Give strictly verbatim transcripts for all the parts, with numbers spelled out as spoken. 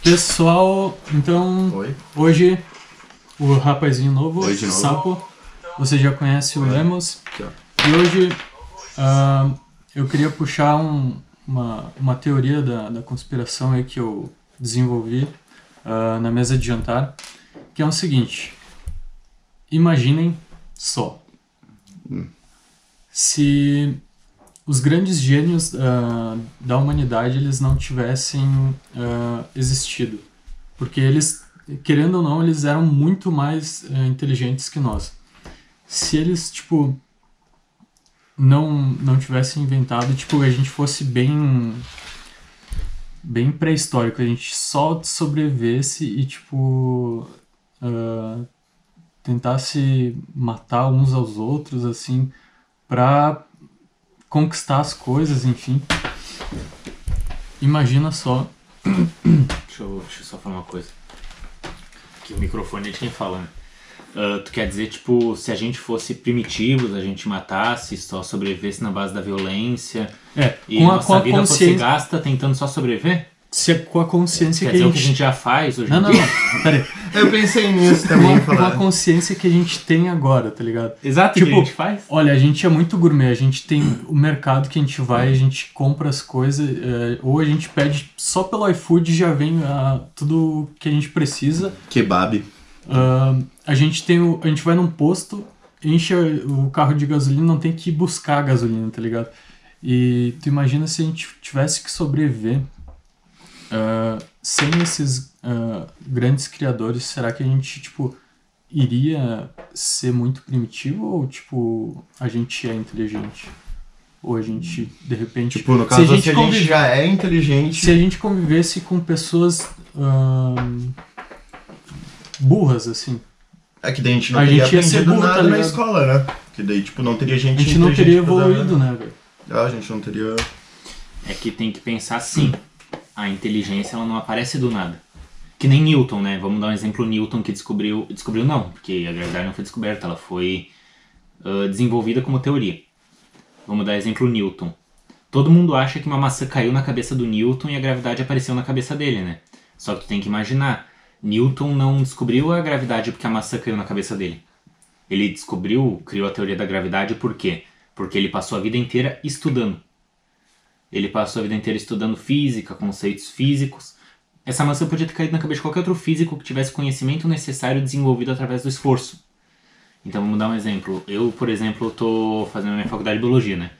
Pessoal, então, Oi. hoje o rapazinho novo, Oi de novo. Sapo, você já conhece o Lemos, e hoje uh, eu queria puxar um, uma, uma teoria da, da conspiração aí que eu desenvolvi uh, na mesa de jantar, que é o seguinte: imaginem só, hum. se os grandes gênios uh, da humanidade eles não tivessem uh, existido. Porque eles, querendo ou não, eles eram muito mais uh, inteligentes que nós. Se eles, tipo, não, não tivessem inventado, tipo, a gente fosse bem, bem pré-histórico, a gente só sobrevivesse e, tipo, uh, tentasse matar uns aos outros, assim, pra conquistar as coisas, enfim. Imagina só. Deixa eu, deixa eu só falar uma coisa. Que o microfone é de quem fala, né? Uh, tu quer dizer, tipo, se a gente fosse primitivos, a gente matasse, só sobrevivesse na base da violência, é, e com a, nossa com a vida consciência... fosse gasta tentando só sobreviver? Se é com a consciência quer que dizer a gente... o que a gente já faz hoje não, em não, dia? Não, não, peraí. Eu pensei nisso também. Com a, com a consciência que a gente tem agora, tá ligado? Exato, tipo, o que a gente faz? Olha, a gente é muito gourmet, a gente tem o mercado que a gente vai, a gente compra as coisas, é, ou a gente pede só pelo iFood e já vem uh, tudo que a gente precisa. Kebab. Uh, a gente tem o, a gente vai num posto, enche o carro de gasolina, não tem que ir buscar a gasolina, tá ligado? E tu imagina se a gente tivesse que sobreviver uh, sem esses uh, grandes criadores, será que a gente, tipo, iria ser muito primitivo ou, tipo, a gente é inteligente? Ou a gente, de repente... Tipo, no caso, se a gente, se a convive... gente já é inteligente... Se a gente convivesse com pessoas uh, burras, assim... É que daí a gente não a teria gente ia ser aprendido burro, nada tá na ligado? escola, né? Que daí, tipo, não teria gente A gente não teria evoluído, dar... né, velho? Ah, a gente não teria... É que tem que pensar assim, a inteligência ela não aparece do nada. Que nem Newton, né? Vamos dar um exemplo, Newton que descobriu... Descobriu não, porque a gravidade não foi descoberta, ela foi uh, desenvolvida como teoria. Vamos dar exemplo Newton. Todo mundo acha que uma maçã caiu na cabeça do Newton e a gravidade apareceu na cabeça dele, né? Só que tu tem que imaginar, Newton não descobriu a gravidade porque a maçã caiu na cabeça dele. Ele descobriu, criou a teoria da gravidade por quê? Porque ele passou a vida inteira estudando. Ele passou a vida inteira estudando física, conceitos físicos. Essa maçã podia ter caído na cabeça de qualquer outro físico que tivesse conhecimento necessário desenvolvido através do esforço. Então vamos dar um exemplo. Eu, por exemplo, estou fazendo a minha faculdade de biologia, né?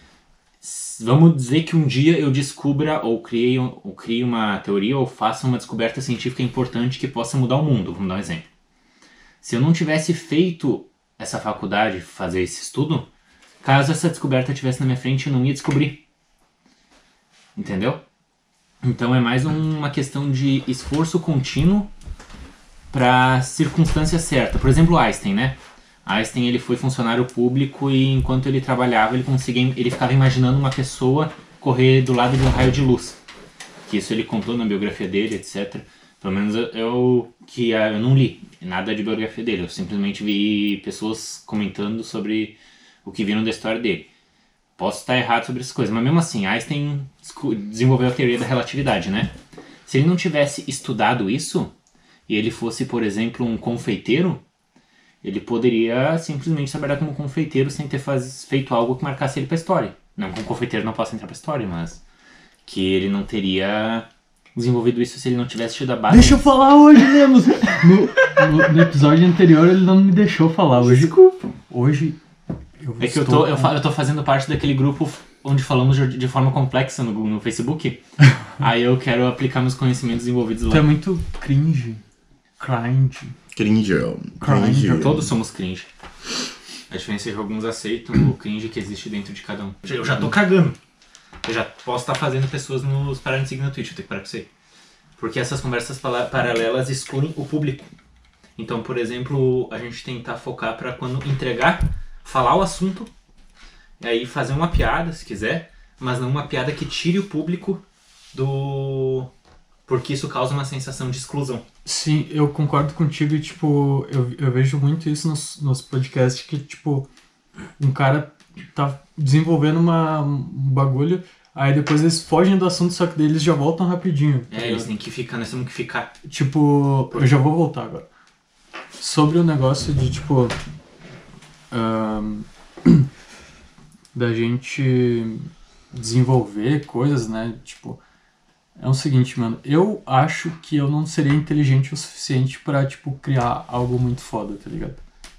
Vamos dizer que um dia eu descubra ou crie, ou crie uma teoria ou faça uma descoberta científica importante que possa mudar o mundo. Vamos dar um exemplo. Se eu não tivesse feito essa faculdade, fazer esse estudo, caso essa descoberta estivesse na minha frente, eu não ia descobrir. Entendeu? Então é mais uma questão de esforço contínuo para circunstância certa. Por exemplo, Einstein, né? Einstein ele foi funcionário público e enquanto ele trabalhava ele conseguia, ele ficava imaginando uma pessoa correr do lado de um raio de luz. Que isso ele contou na biografia dele, etcétera. Pelo menos eu, eu que eu não li nada de biografia dele, eu simplesmente vi pessoas comentando sobre o que viram da história dele. Posso estar errado sobre essas coisas, mas mesmo assim, Einstein desenvolveu a teoria da relatividade, né? Se ele não tivesse estudado isso, e ele fosse, por exemplo, um confeiteiro, ele poderia simplesmente trabalhar como confeiteiro sem ter faz... feito algo que marcasse ele para a história. Não que um confeiteiro não possa entrar para a história, mas que ele não teria desenvolvido isso se ele não tivesse tido a base. Deixa eu falar hoje, Lemos! No, no, no episódio anterior ele não me deixou falar. Hoje, Desculpa. Hoje eu É que eu tô, eu, fa- eu tô fazendo parte daquele grupo onde falamos de, de forma complexa no, no Facebook. Aí eu quero aplicar meus conhecimentos desenvolvidos lá. Tu é muito cringe. Cringe. Cringe. Cringe. Todos somos cringe. A diferença é que alguns aceitam o cringe que existe dentro de cada um. Eu já tô cagando. Eu já posso estar fazendo pessoas nos pararem de seguir no Twitch, eu tenho que parar com isso aí. Porque essas conversas pala- paralelas excluem o público. Então, por exemplo, a gente tentar focar pra quando entregar, falar o assunto, e aí fazer uma piada, se quiser, mas não uma piada que tire o público do... Porque isso causa uma sensação de exclusão. Sim, eu concordo contigo e, tipo, eu, eu vejo muito isso nos, nos podcasts que, tipo, um cara tá desenvolvendo uma, um bagulho, Aí depois eles fogem do assunto, só que daí eles já voltam rapidinho. Tá É, ligado? eles têm que ficar, nós temos que ficar. Tipo, eu já vou voltar agora. Sobre o negócio de, tipo... ahn, da gente desenvolver coisas, né? Tipo... É o seguinte, mano. Eu acho que eu não seria inteligente o suficiente pra, tipo, criar algo muito foda, tá ligado?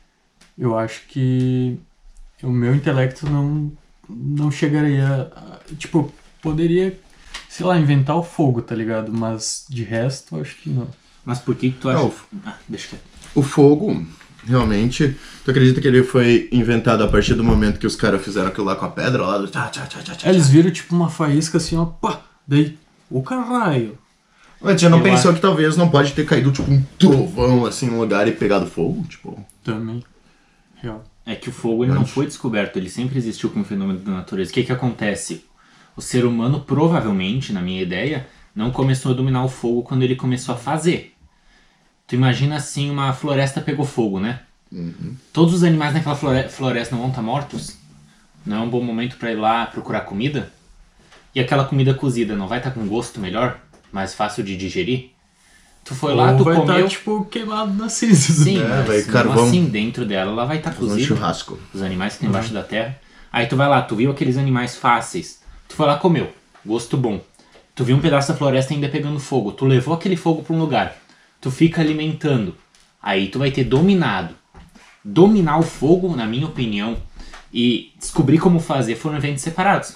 Eu acho que o meu intelecto não, não chegaria... A, tipo, poderia, sei lá, inventar o fogo, tá ligado? Mas de resto, eu acho que não. Mas por que que tu Não, acha... Ah, deixa quieto. O fogo, realmente, tu acredita que ele foi inventado a partir do momento que os caras fizeram aquilo lá com a pedra lá? Tchá, tchá, tchá, tchá, tchá. Eles viram, tipo, uma faísca assim, ó, pá, daí, o caralho. Mas você não Eu pensou acho- que talvez não pode ter caído, tipo, um trovão, assim, no lugar e pegado fogo? Tipo, Também, real. É que o fogo ele não foi descoberto, ele sempre existiu como fenômeno da natureza. O que que acontece? O ser humano provavelmente, na minha ideia, não começou a dominar o fogo quando ele começou a fazer. Tu imagina assim, uma floresta pegou fogo, né? Todos os animais naquela flore- floresta não vão estar mortos? Não é um bom momento pra ir lá procurar comida? E aquela comida cozida não vai estar com gosto melhor? Mais fácil de digerir? Tu foi lá, Ou tu vai comeu... tá, tipo, queimado na cinza. Sim, É, mas vai, mesmo carvão. assim, dentro dela, ela vai estar fazer um cozida. churrasco. Os animais que tem embaixo da terra. Aí tu vai lá, tu viu aqueles animais fáceis. Tu foi lá, comeu. Gosto bom. Tu viu um pedaço da floresta ainda pegando fogo. Tu levou aquele fogo pra um lugar. Tu fica alimentando. Aí tu vai ter dominado. Dominar o fogo, na minha opinião, e descobrir como fazer foram eventos separados.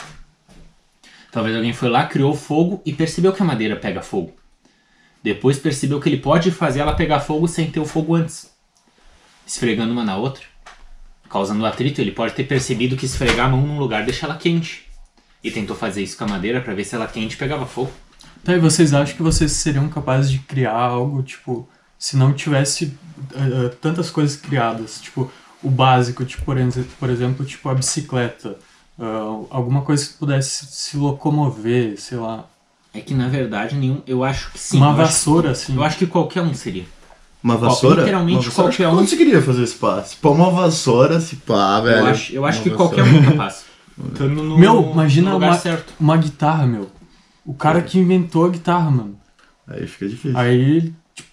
Talvez alguém foi lá, criou o fogo e percebeu que a madeira pega fogo. Depois percebeu que ele pode fazer ela pegar fogo sem ter o fogo antes. Esfregando uma na outra. Causando atrito, ele pode ter percebido que esfregar a mão num lugar deixa ela quente. E tentou fazer isso com a madeira pra ver se ela quente pegava fogo. Tá, e vocês acham que vocês seriam capazes de criar algo, tipo, se não tivesse uh, uh, tantas coisas criadas? Tipo, o básico, tipo, por, ex- por exemplo, tipo a bicicleta. uh, alguma coisa que pudesse se locomover, sei lá. É que na verdade nenhum. Eu acho que sim. Uma eu acho- vassoura, assim. Eu acho que qualquer um seria. Uma vassoura? literalmente uma vassoura, qualquer acho que um. conseguiria fazer esse passo. Pô, uma vassoura, se pá, velho. Eu acho, eu acho Uma que vassoura. qualquer um é capaz. Estando no, Meu, imagina no lugar uma, certo. uma guitarra, meu. O cara que inventou a guitarra, mano. Aí fica difícil. Aí,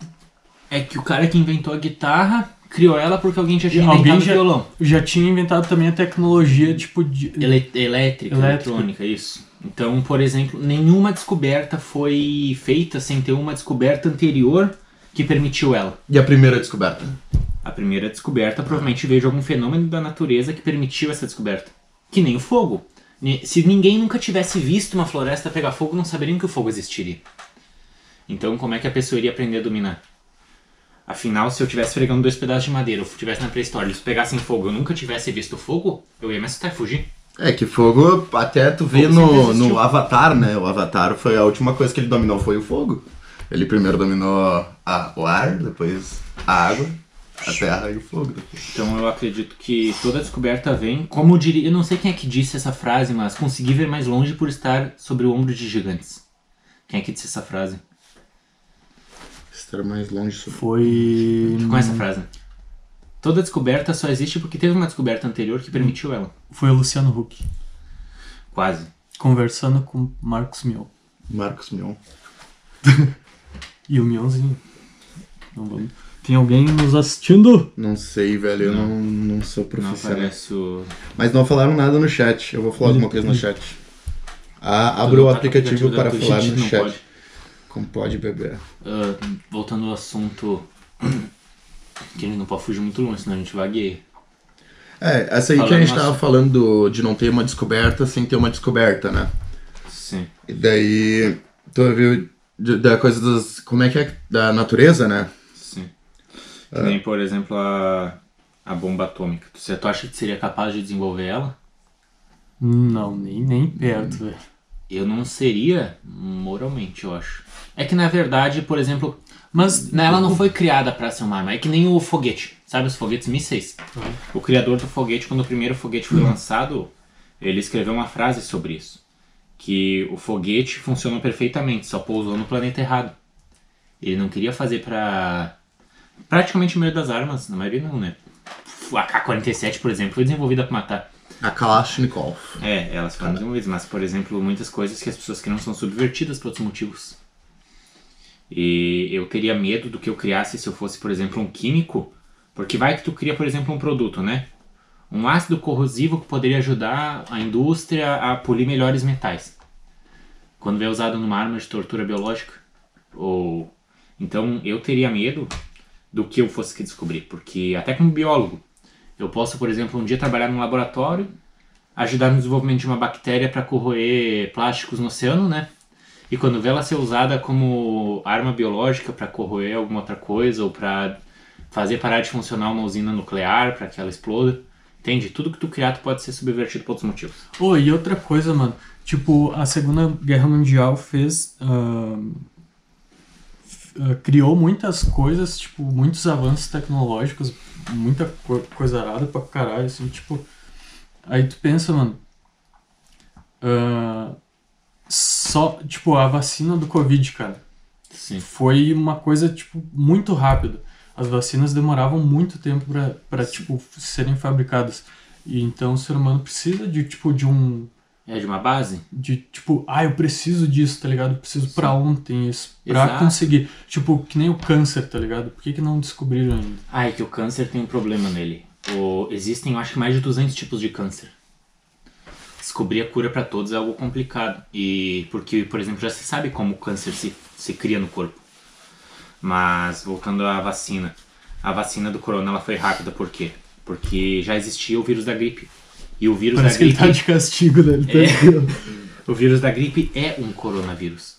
É que o cara que inventou a guitarra criou ela porque alguém já tinha alguém inventado já, o violão. já tinha inventado também a tecnologia, tipo, de... Ele- elétrica, Elétrica. eletrônica, isso. Então, por exemplo, nenhuma descoberta foi feita sem ter uma descoberta anterior que permitiu ela. E a primeira descoberta? A primeira descoberta provavelmente veio de algum fenômeno da natureza que permitiu essa descoberta. Que nem o fogo. Ni- Se ninguém nunca tivesse visto uma floresta pegar fogo, não saberiam que o fogo existiria. Então, como é que a pessoa iria aprender a dominar? Afinal, se eu estivesse fregando dois pedaços de madeira, eu estivesse na pré-história, eles pegassem fogo, eu nunca tivesse visto fogo, eu ia me assustar e fugir. É que fogo, até tu vê Fogo sempre no, existiu. no Avatar, né? O Avatar foi a última coisa que ele dominou, foi o fogo. Ele primeiro dominou a, o ar, depois a água, a terra e o fogo. Depois. Então eu acredito que toda descoberta vem, como eu diria, eu não sei quem é que disse essa frase, mas consegui ver mais longe por estar sobre o ombro de gigantes. Quem é que disse essa frase? Estar mais longe sobre... Foi... Com essa frase. Toda descoberta só existe porque teve uma descoberta anterior que permitiu ela. Foi o Luciano Huck, Quase. conversando com Marcos Mion. Marcos Mion. E o Mionzinho. Não vamos... Tem alguém nos assistindo? Não sei, velho, eu não, não sou Não profissional. aparece o... Mas não falaram nada no chat, eu vou falar alguma coisa no chat. Ah, abra Tu o não tá com aplicativo da para Twitch, falar no não chat. pode. Como pode beber. Ah, voltando ao assunto... Que a gente não pode fugir muito longe, senão a gente vagueia. É, essa aí que a Falando gente nossa- tava falando de não ter uma descoberta sem ter uma descoberta, né? Sim. E daí, tu viu de- da coisa das... Como é que é? Da natureza, né? Sim. Que nem, por exemplo, a, a bomba atômica. Você tu acha que seria capaz de desenvolver ela? Não, nem, nem perto, velho. Eu não seria moralmente, eu acho. É que, na verdade, por exemplo, Mas né, ela não foi criada pra ser uma arma. É que nem o foguete. Sabe os foguetes mísseis? O criador do foguete, quando o primeiro foguete foi lançado, ele escreveu uma frase sobre isso. Que o foguete funcionou perfeitamente, só pousou no planeta errado. Ele não queria fazer pra... Praticamente a maioria das armas, na maioria não, né? A K quarenta e sete, por exemplo, foi desenvolvida pra matar. A Kalashnikov. É, elas foram desenvolvidas, mas, por exemplo, muitas coisas que as pessoas criam são subvertidas por outros motivos. E eu teria medo do que eu criasse se eu fosse, por exemplo, um químico, porque vai que tu cria, por exemplo, um produto, né? Um ácido corrosivo que poderia ajudar a indústria a polir melhores metais. Quando é usado numa arma de tortura biológica. Ou... Então, eu teria medo do que eu fosse que descobrir, porque até como biólogo, eu posso, por exemplo, um dia trabalhar num laboratório, ajudar no desenvolvimento de uma bactéria para corroer plásticos no oceano, né? E quando vê ela ser usada como arma biológica para corroer alguma outra coisa ou para fazer parar de funcionar uma usina nuclear para que ela exploda, entende? Tudo que tu criar tu pode ser subvertido por outros motivos. Oh, e outra coisa, mano, tipo, a Segunda Guerra Mundial fez... Uh, uh, criou muitas coisas, tipo, muitos avanços tecnológicos, muita co- coisa arada pra caralho, assim, tipo... Aí tu pensa, mano... Uh, só, tipo, a vacina do Covid, cara, Sim. foi uma coisa, tipo, muito rápida. As vacinas demoravam muito tempo pra, pra tipo, serem fabricadas. E então o ser humano precisa de, tipo, de um... É de uma base? De, tipo, ah, eu preciso disso, tá ligado? Eu preciso Sim. pra ontem isso, pra Exato. conseguir. Tipo, que nem o câncer, tá ligado? Por que que não descobriram ainda? Ah, é que o câncer tem um problema nele. O... Existem, eu acho que mais de duzentos tipos de câncer. Descobrir a cura pra todos é algo complicado. E porque, por exemplo, já se sabe como o câncer se, se cria no corpo. Mas, voltando à vacina. A vacina do corona ela foi rápida, por quê? Porque já existia o vírus da gripe. E o vírus Parece da gripe... que ele tá de castigo, né? Ele tá É. aqui, O vírus da gripe é um coronavírus.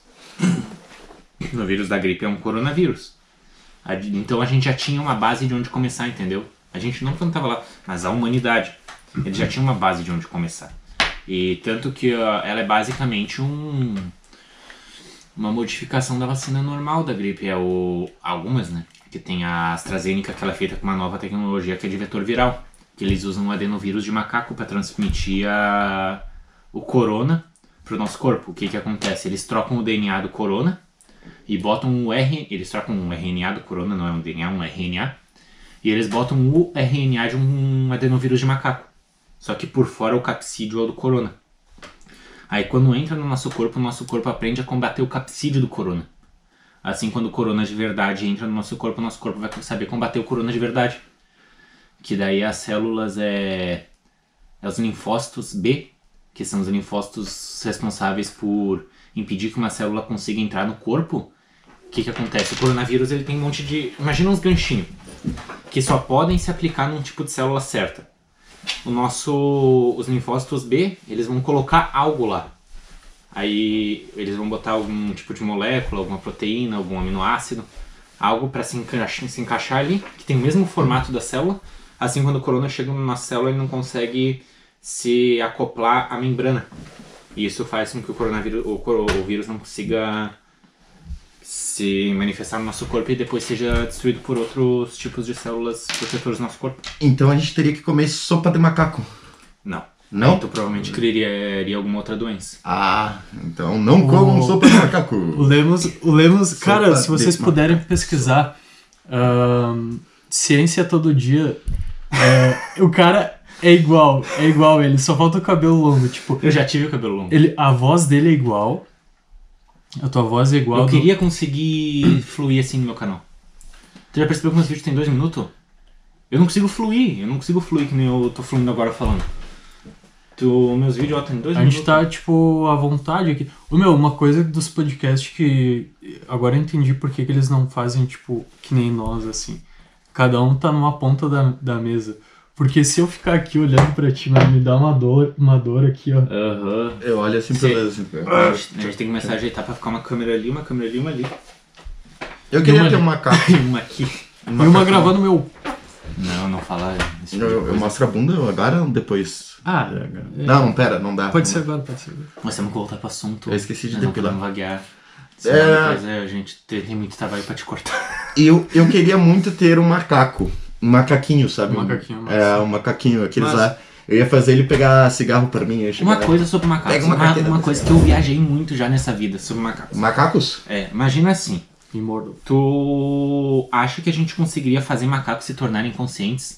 O vírus da gripe é um coronavírus. A- Então a gente já tinha uma base de onde começar, entendeu? A gente não plantava lá, mas a humanidade. Ele já tinha uma base de onde começar. E tanto que ó, ela é basicamente um... uma modificação da vacina normal da gripe. É o... algumas, né? Que tem a AstraZeneca, que ela é feita com uma nova tecnologia que é de vetor viral. Que eles usam um adenovírus de macaco para transmitir a... o corona pro nosso corpo. O que que acontece? Eles trocam o D N A do corona e botam o R... Eles trocam o R N A do corona, não é um D N A, é um R N A. E eles botam o R N A de um adenovírus de macaco. Só que por fora o capsídeo é o do corona. Aí quando entra no nosso corpo, o nosso corpo aprende a combater o capsídeo do corona. Assim, quando o corona de verdade entra no nosso corpo, o nosso corpo vai saber combater o corona de verdade. Que daí as células é, é os linfócitos B, que são os linfócitos responsáveis por impedir que uma célula consiga entrar no corpo. O que que acontece? O coronavírus ele tem um monte de... Imagina uns ganchinhos, que só podem se aplicar num tipo de célula certa. O nosso, os linfócitos B, eles vão colocar algo lá. Aí eles vão botar algum tipo de molécula, alguma proteína, algum aminoácido, algo para se encaixar, se encaixar ali, que tem o mesmo formato da célula. Assim, quando o corona chega na nossa célula, ele não consegue se acoplar à membrana. E isso faz com que o coronavírus, o, coro, o vírus não consiga se manifestar no nosso corpo e depois seja destruído por outros tipos de células protetoras do nosso corpo. Então a gente teria que comer sopa de macaco. Não. Não? Aí tu provavelmente criaria alguma outra doença. Ah, então não comam O- sopa de macaco. O Lemos, o Lemos cara, Sopa se vocês de puderem pesquisar ahn, ciência todo dia, é, o cara é igual, é igual ele, só falta o cabelo longo, tipo, Eu já tive o cabelo longo. ele, a voz dele é igual, a tua voz é igual. Eu do- queria conseguir fluir assim no meu canal. Tu já percebeu que meus vídeos têm dois minutos? Eu não consigo fluir, eu não consigo fluir que nem eu tô fluindo agora falando. Tu, meus vídeos ó, tem dois A minutos. gente tá, tipo, à vontade aqui. Ô, meu, uma coisa dos podcasts que agora eu entendi por que que eles não fazem, tipo, que nem nós, assim. Cada um tá numa ponta da, da mesa. Porque se eu ficar aqui olhando pra ti, mano, me dá uma dor, uma dor aqui, ó. Aham. Eu olho assim pra Sim. eles. Assim, A gente a gente tem que começar a ajeitar pra ficar uma câmera ali, uma câmera ali, uma ali. eu queria uma ter ali. um macaco. E uma aqui. E uma gravando meu... Não, não falar esse tipo Eu, de eu coisa. mostro a bunda agora ou depois? Ah, é, Não, não, pera, não dá. pode não ser dá. agora, pode ser agora. Nós temos que voltar pro assunto. Eu esqueci de Nós não depilar. podemos vaguear. É. Senão depois é, a gente tem, tem muito trabalho pra te cortar. E eu, eu queria muito ter um macaco. Um macaquinho, sabe? Um macaquinho, mas- É, um macaquinho, aqueles Mas- lá. Eu ia fazer ele pegar cigarro pra mim. Ia chegar Uma lá. coisa sobre macacos. Pega uma Uma, carteira uma desse coisa que cara. eu viajei muito já nessa vida sobre macacos. Macacos? É, imagina assim. Immortal. Tu acha que a gente conseguiria fazer macacos se tornarem conscientes?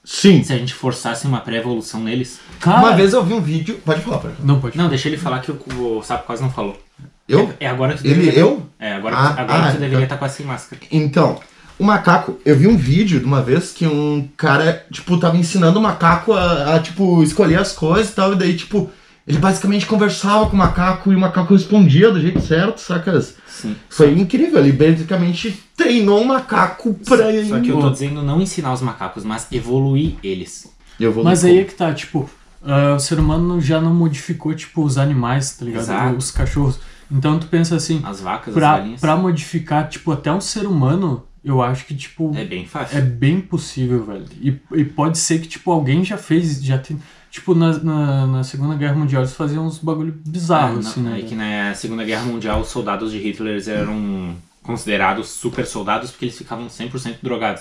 Sim. Se a gente forçasse uma pré-evolução neles. Cara, Uma vez eu vi um vídeo... Pode falar, pode falar. Não, pode. Não, deixa ele falar que o, o Sapo quase não falou. Eu? É, é agora que tu Ele, deveria... eu? É, agora, Ah, que, agora ah, que tu deveria tá. estar quase sem máscara. Então, o macaco... Eu vi um vídeo de uma vez que um cara, tipo, tava ensinando o macaco a, a, tipo, escolher as coisas e tal. E daí, tipo, ele basicamente conversava com o macaco e o macaco respondia do jeito certo, sacas? Sim. Foi incrível. Ele basicamente treinou um macaco pra... Só que eu tô dizendo não ensinar os macacos, mas evoluir eles. Eu vou Mas aí é que tá, tipo, uh, o ser humano já não modificou, tipo, os animais, tá ligado? Exato. Os cachorros. Então tu pensa assim, As vacas, as pra, galinhas. pra modificar, tipo, até um ser humano, eu acho que, tipo, É bem fácil. é bem possível, velho. E, e pode ser que, tipo, alguém já fez, já tem... Tipo, na, na, na Segunda Guerra Mundial eles faziam uns bagulho bizarros, É, assim, não, né? é que na Segunda Guerra Mundial os soldados de Hitler eram considerados super soldados porque eles ficavam cem por cento drogados.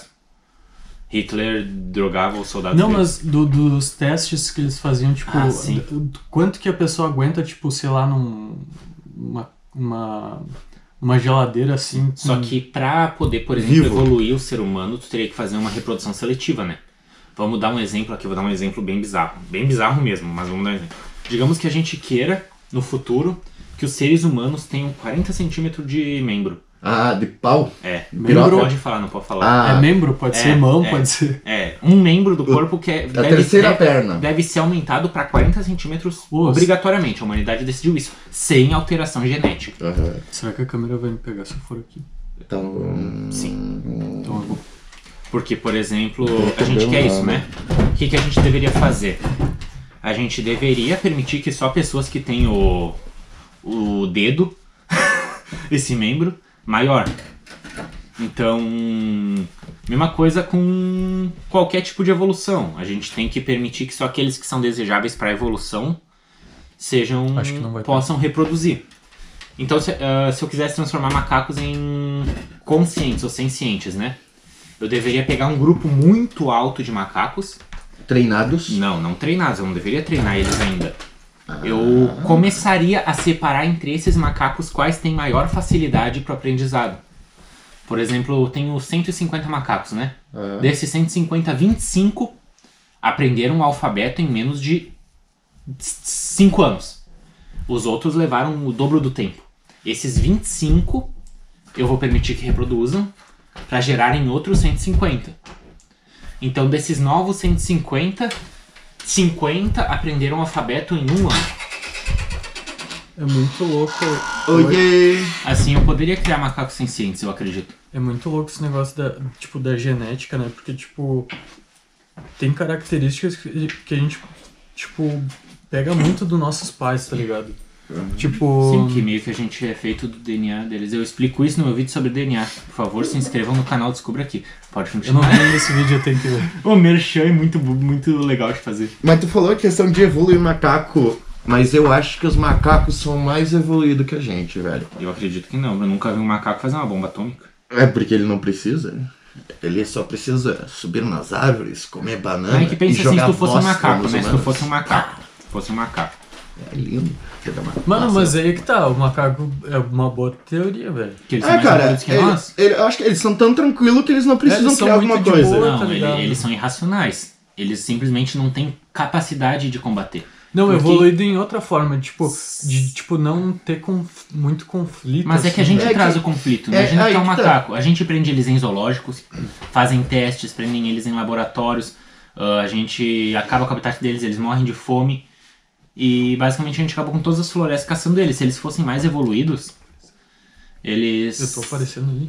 Hitler drogava os soldados Não, dele. mas do- dos testes que eles faziam, tipo, Ah, sim. do- do- quanto que a pessoa aguenta, tipo, sei lá, num, uma, uma, uma geladeira assim. Só com- que pra poder, por exemplo, Vivo. evoluir o ser humano, tu teria que fazer uma reprodução seletiva, né? Vamos dar um exemplo aqui, vou dar um exemplo bem bizarro. Bem bizarro mesmo, mas vamos dar um exemplo. Digamos que a gente queira, no futuro, que os seres humanos tenham quarenta centímetros de membro. Ah, de pau? É, Membro- não pode falar, não pode falar. Ah, É membro, pode É, ser mão, é. pode ser. É, um membro do corpo que é, a deve, terceira deve, perna. deve ser aumentado para quarenta centímetros Nossa. obrigatoriamente. A humanidade decidiu isso, sem alteração genética. Aham. Será que a câmera vai me pegar se eu for aqui? Então... Sim. Então eu vou. Porque, por exemplo, Não a gente tem quer problema, isso, né? O que, que a gente deveria fazer? A gente deveria permitir que só pessoas que têm o, o dedo, esse membro, maior. Então, mesma coisa com qualquer tipo de evolução. A gente tem que permitir que só aqueles que são desejáveis para a evolução sejam, Acho que não vai ter. possam reproduzir. Então, se, ah, se eu quisesse transformar macacos em conscientes ou sencientes, né? Eu deveria pegar um grupo muito alto de macacos. Treinados. Não, não treinados, eu não deveria treinar eles ainda. Eu começaria a separar entre esses macacos quais têm maior facilidade para o aprendizado. Por exemplo, eu tenho cento e cinquenta macacos, né? Ah. Desses cento e cinquenta, vinte e cinco aprenderam o alfabeto em menos de cinco anos. Os outros levaram o dobro do tempo. Esses vinte e cinco eu vou permitir que reproduzam para gerarem outros cento e cinquenta. Então, desses novos cento e cinquenta, cinquenta aprenderam o alfabeto em um ano. É muito louco. Oiê! Assim, eu poderia criar macacos sencientes, eu acredito. É muito louco esse negócio da, tipo, da genética, né? Porque, tipo, tem características que, que a gente, tipo, pega muito dos nossos pais, tá ligado? Tipo... Sim, que meio que a gente é feito do D N A deles. Eu explico isso no meu vídeo sobre D N A. Por favor, se inscrevam no canal Descubra Aqui. Pode Eu não continuar. vi esse vídeo, eu tenho que ver. O merchan é muito, muito legal de fazer. Mas tu falou a questão de evoluir macaco, mas eu acho que os macacos são mais evoluídos que a gente, velho. Eu acredito que não. Eu nunca vi um macaco fazer uma bomba atômica. É porque ele não precisa. Ele só precisa subir nas árvores, comer banana. Não é que pensa e assim, se jogar tu fosse um bosta macaco, nos né? Se tu humanos. fosse um macaco. Se fosse um macaco. É lindo. Jogar uma- Mano, Nossa. mas aí que tá, o macaco é uma boa teoria, velho. Que eles são É, mais cara, evoluídos que ele- nós. ele- eu acho que eles são tão tranquilos que eles não precisam Eles são criar muito alguma de coisa. boa. Não, tá ele- ligado? eles são irracionais. Eles simplesmente não têm capacidade de combater. Não, Porque- evoluído em outra forma, tipo, de tipo, não ter conf- muito conflito. Mas é que a assim. gente É traz que- o conflito, é- Imagina aí que é um que tá. macaco. A gente prende eles em zoológicos, fazem testes, prendem eles em laboratórios, ah, a gente acaba com o habitat deles, eles morrem de fome. E basicamente a gente acaba com todas as florestas caçando eles. Se eles fossem mais evoluídos, eles... Eu tô aparecendo ali.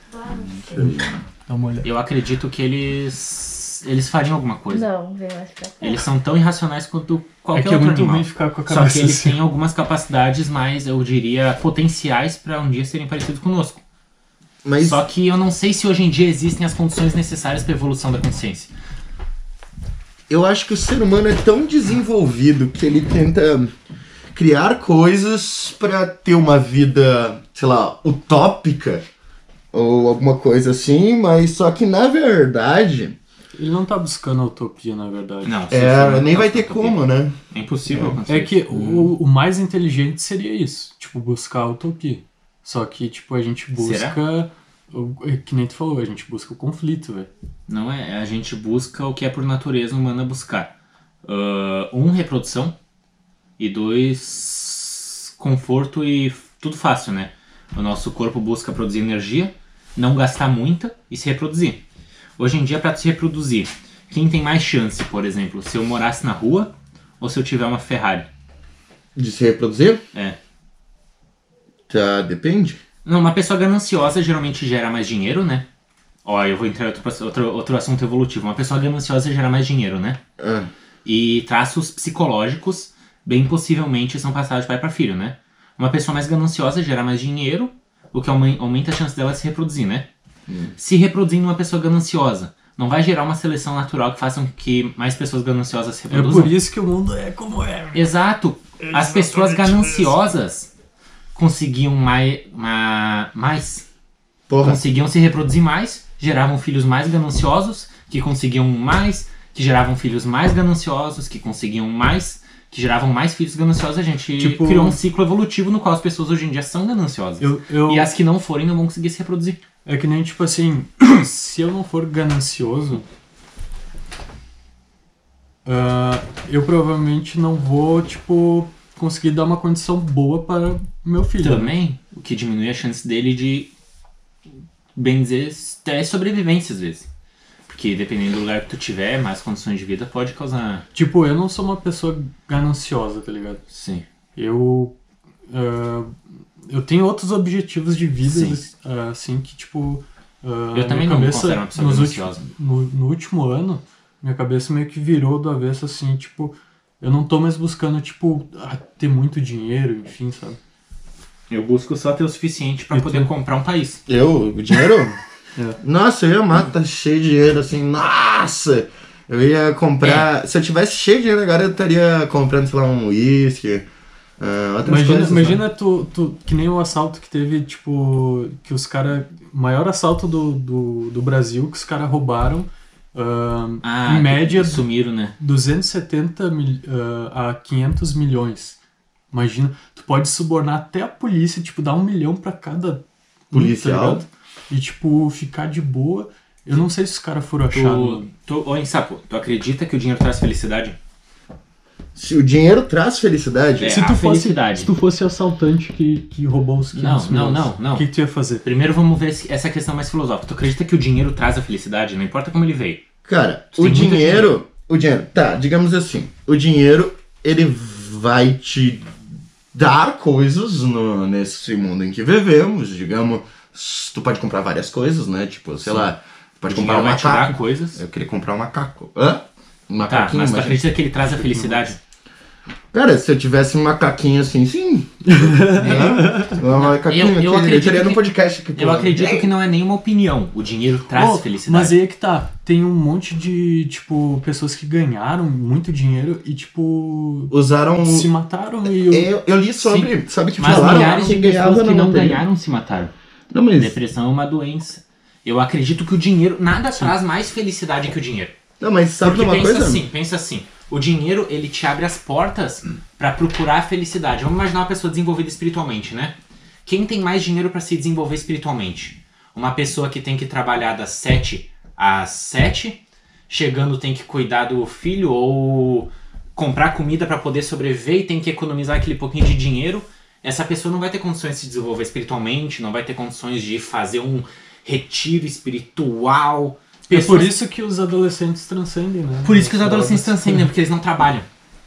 Dá uma olhada. Eu acredito que eles... Eles fariam alguma coisa. Não, vem mais pra cá. Eles são tão irracionais quanto É qualquer que é outro muito animal. ruim ficar com a Só cabeça que eles assim. têm algumas capacidades mais, eu diria, potenciais para um dia serem parecidos conosco. Mas Só que eu não sei se hoje em dia existem as condições necessárias para a evolução da consciência. eu acho que o ser humano é tão desenvolvido que ele tenta criar coisas pra ter uma vida, sei lá, utópica ou alguma coisa assim, mas só que na verdade, Ele não tá buscando a utopia, na verdade. Não, é, nem vai ter como, né? É impossível acontecer. É que o, o mais inteligente seria isso, tipo, buscar a utopia. Só que, tipo, a gente busca o- que nem tu falou, a gente busca o conflito, velho. Não é, a gente busca o que é por natureza humana buscar. Ah, um, reprodução. E dois, conforto e f- tudo fácil, né? O nosso corpo busca produzir energia, não gastar muita e se reproduzir. Hoje em dia, para se reproduzir, quem tem mais chance, por exemplo, se eu morasse na rua ou se eu tiver uma Ferrari? De se reproduzir? É. Tá, depende. Não, uma pessoa gananciosa geralmente gera mais dinheiro, né? Ó, eu vou entrar em outro, outro, outro assunto evolutivo. Uma pessoa gananciosa gera mais dinheiro, né? Ah, E traços psicológicos, bem possivelmente, são passados de pai para filho, né? Uma pessoa mais gananciosa gera mais dinheiro, o que aumen- aumenta a chance dela de se reproduzir, né? Se reproduzindo uma pessoa gananciosa, não vai gerar uma seleção natural que faça com que mais pessoas gananciosas se É reproduzam? por isso que o mundo é como é. velho. Exato. As pessoas gananciosas conseguiam mais, mais, porra. conseguiam se reproduzir mais, geravam filhos mais gananciosos, que conseguiam mais, que geravam filhos mais gananciosos, que conseguiam mais, que geravam mais filhos gananciosos. A gente Tipo- criou um ciclo evolutivo no qual as pessoas hoje em dia são gananciosas. Eu, eu, E as que não forem não vão conseguir se reproduzir. É que nem, tipo assim, se eu não for ganancioso, ah, eu provavelmente não vou, tipo, conseguir dar uma condição boa para o meu filho. né? Também, o que diminui a chance dele de, bem dizer, até sobrevivência às vezes. Porque dependendo do lugar que tu tiver, mais condições de vida pode causar... Tipo, eu não sou uma pessoa gananciosa, tá ligado? Sim. Eu. ah, eu tenho outros objetivos de vida, Sim. ah, assim, que, tipo. ah, Eu também minha não me cabeça, considero uma pessoa nos gananciosa. últimos- no, no último ano, minha cabeça meio que virou do avesso, assim, tipo. Eu não tô mais buscando, tipo, ah, ter muito dinheiro, enfim, sabe? Eu busco só ter o suficiente pra E poder tu? comprar um país. Eu? O dinheiro? É. Nossa, eu ia amar tá cheio de dinheiro, assim, nossa! Eu ia comprar... Se eu tivesse cheio de dinheiro agora, eu estaria comprando, sei lá, um uísque, ah, outras Imagina, coisas. né? imagina tu, tu, que nem o assalto que teve, tipo, que os caras. Maior assalto do, do, do Brasil, que os caras roubaram, ah, Ah, em média, sumiram, né? duzentos e setenta mil, ah, a quinhentos milhões. Imagina, tu pode subornar até a polícia, tipo, dar um milhão pra cada um, Policial. tá ligado? E, tipo, ficar de boa. Eu não sei se os caras foram achados. Tu, tu, ô, Sapo, tu acredita que o dinheiro traz felicidade? Se o dinheiro traz felicidade... É. Se a tu, fosse, felicidade. se tu fosse assaltante que, que roubou os quinhentos Não, não, milhões, não, não. o que, que tu ia fazer? Primeiro vamos ver esse- essa questão mais filosófica. Tu acredita que o dinheiro traz a felicidade? Não importa como ele veio. Cara, Tu o tem muito dinheiro, dinheiro. o dinheiro, tá, digamos assim, o dinheiro, ele vai te dar coisas no, nesse mundo em que vivemos, digamos, tu pode comprar várias coisas, né, tipo, sei Sim. lá, tu pode O comprar um dinheiro vai te dar macaco, coisas. eu queria comprar um macaco, hã? Um Tá, macaquinho, mas tu imagina. acredita que ele traz a felicidade? Cara, se eu tivesse um macaquinho assim, sim. Um macaquinho Eu- eu aqui, eu acredito teria no que- podcast aqui. Eu pô. acredito que não é nenhuma opinião. O dinheiro traz Oh, felicidade. mas aí é que tá. Tem um monte de, tipo, pessoas que ganharam muito dinheiro e, tipo, Usaram... se mataram e... Eu... Eu, eu li sobre, sabe que Mas falaram milhares de que pessoas ganhava que na não loteria. ganharam se mataram. Não, mas... Depressão é uma doença. Eu acredito que o dinheiro... Nada traz mais felicidade que o dinheiro. Não, mas sabe de Porque uma pensa coisa? assim, pensa assim. O dinheiro, ele te abre as portas pra procurar a felicidade. Vamos imaginar uma pessoa desenvolvida espiritualmente, né? Quem tem mais dinheiro pra se desenvolver espiritualmente? Uma pessoa que tem que trabalhar das sete às sete, chegando tem que cuidar do filho ou comprar comida pra poder sobreviver e tem que economizar aquele pouquinho de dinheiro. Essa pessoa não vai ter condições de se desenvolver espiritualmente, não vai ter condições de fazer um retiro espiritual. É por Pessoas- isso que os adolescentes transcendem, né? por isso que os As adolescentes drogas. transcendem, porque eles não trabalham.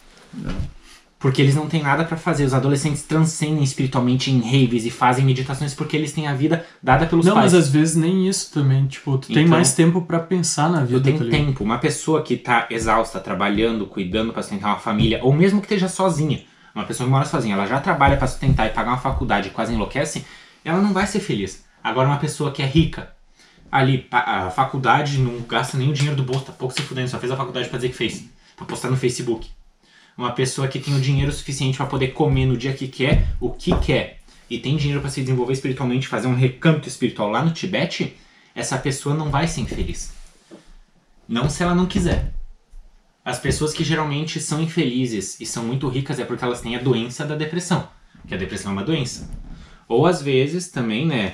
Porque eles não têm nada pra fazer. Os adolescentes transcendem espiritualmente em raves e fazem meditações porque eles têm a vida dada pelos Não, pais. mas às vezes nem isso também. Tipo, tu tem Então, mais tempo pra pensar na vida, Tu tem tá ligado? tempo. Uma pessoa que tá exausta, trabalhando, cuidando pra sustentar uma família, ou mesmo que esteja sozinha, uma pessoa que mora sozinha, ela já trabalha pra sustentar e pagar uma faculdade e quase enlouquece, ela não vai ser feliz. Agora uma pessoa que é rica, ali, pa- a faculdade não gasta nem o dinheiro do bolso, tá pouco se fudendo, só fez a faculdade pra dizer que fez, pra postar no Facebook. Uma pessoa que tem o dinheiro suficiente pra poder comer no dia que quer, o que quer, e tem dinheiro pra se desenvolver espiritualmente, fazer um recanto espiritual lá no Tibete, essa pessoa não vai ser infeliz. Não se ela não quiser. As pessoas que geralmente são infelizes e são muito ricas é porque elas têm a doença da depressão, que a depressão é uma doença. Ou às vezes também, né,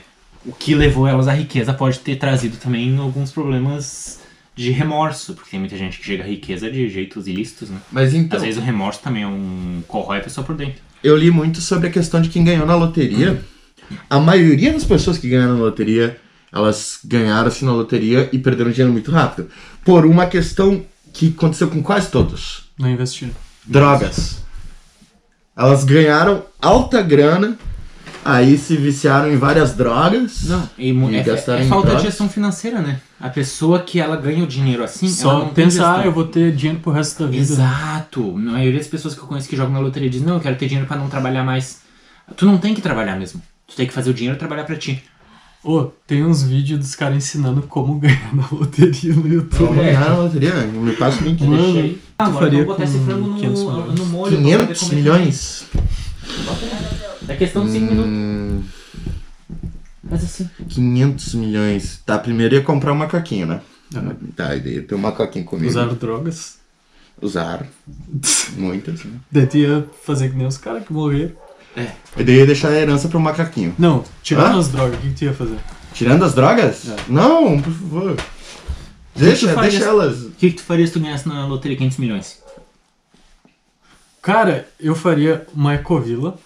o que levou elas à riqueza pode ter trazido também alguns problemas de remorso, porque tem muita gente que chega à riqueza de jeitos ilícitos, né? Mas então, Às vezes o remorso também é um corrói a pessoa por dentro. eu li muito sobre a questão de quem ganhou na loteria. A maioria das pessoas que ganharam na loteria, elas ganharam assim na loteria e perderam dinheiro muito rápido. Por uma questão que aconteceu com quase todos. Não investir. Drogas. Elas ganharam alta grana, aí se viciaram em várias drogas. Não, e, mu- E é, gastaram é em falta de drogas. gestão financeira, né? A pessoa que ela ganha o dinheiro assim, ela Só não tem pensa, gestão. ah, eu vou ter dinheiro pro resto da vida. Exato. A maioria das pessoas que eu conheço que jogam na loteria dizem, não, eu quero ter dinheiro pra não trabalhar mais. Tu não tem que trabalhar mesmo. Tu tem que fazer o dinheiro trabalhar pra ti. Ô, tem uns vídeos dos caras ensinando como ganhar na loteria no YouTube. Vamos ganhar na loteria? Me passa o link. Mano, Deixa aí. tu Agora faria eu vou botar esse com frango no, quinhentos milhões? no molho. quinhentos milhões? É questão de cinco minutos. Hum, Mas assim. quinhentos milhões. Tá, primeiro ia comprar um macaquinho, né? Aham. Tá, e daí ia ter um macaquinho comigo. Usaram drogas. Usaram. Muitas, né? Daí tu ia fazer que nem os caras que morreram. E daí ia deixar a herança pro macaquinho. Não, tirando Hã? as drogas, o que, que tu ia fazer? Tirando as drogas? É. Não, por favor. tu Deixa, farias? deixa elas. O que, que tu faria se tu ganhasse na loteria quinhentos milhões? Cara, eu faria uma ecovila,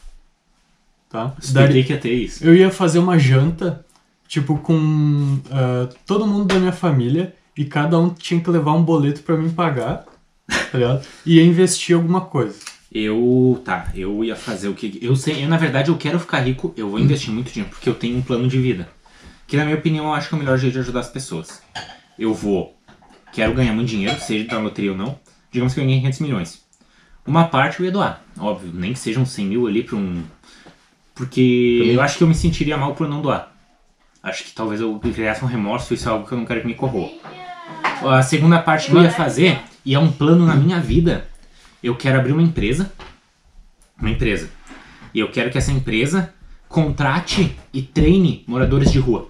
tá? Expliquei Daria- que ia ter isso. Eu ia fazer uma janta, tipo, com ah, todo mundo da minha família e cada um tinha que levar um boleto pra mim pagar, tá ligado? E ia investir alguma coisa. Eu, tá, eu ia fazer o que... Eu sei, eu na verdade eu quero ficar rico, eu vou investir muito dinheiro, porque eu tenho um plano de vida. Que na minha opinião eu acho que é o melhor jeito de ajudar as pessoas. Eu vou, quero ganhar muito dinheiro, seja da loteria ou não, digamos que eu ganhei quinhentos milhões. Uma parte eu ia doar, óbvio, nem que sejam cem mil ali pra um... Porque Também. eu acho que eu me sentiria mal por não doar. Acho que talvez eu criasse um remorso, isso é algo que eu não quero que me corroa. A segunda parte que eu ia fazer, e é um plano na minha vida, eu quero abrir uma empresa, uma empresa, e eu quero que essa empresa contrate e treine moradores de rua.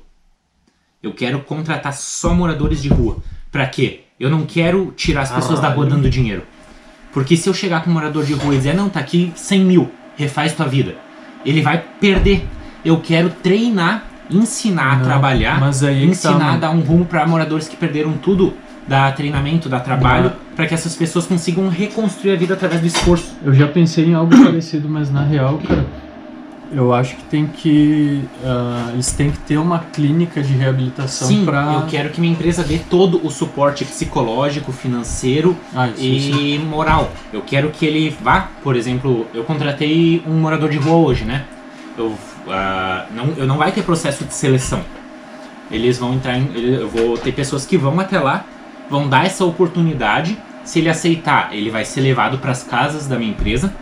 Eu quero contratar só moradores de rua. Pra quê? Eu não quero tirar as pessoas da rua dando dinheiro. Porque se eu chegar com um morador de rua e dizer, não, tá aqui cem mil, refaz tua vida, ele vai perder. Eu quero treinar, ensinar a Não, trabalhar, mas aí é que tá, ensinar a mano. dar um rumo pra moradores que perderam tudo, dar treinamento, dar trabalho, pra que essas pessoas consigam reconstruir a vida através do esforço. Eu já pensei em algo parecido, mas na real, cara, eu acho que tem que... ah, eles têm que ter uma clínica de reabilitação Sim, pra... eu quero que minha empresa dê todo o suporte psicológico, financeiro Ah, isso, e moral. Eu quero que ele vá, por exemplo, eu contratei um morador de rua hoje, né? Eu, ah, não, eu não vai ter processo de seleção. Eles vão entrar em... ele- Eu vou ter pessoas que vão até lá, vão dar essa oportunidade. Se ele aceitar, ele vai ser levado para as casas da minha empresa.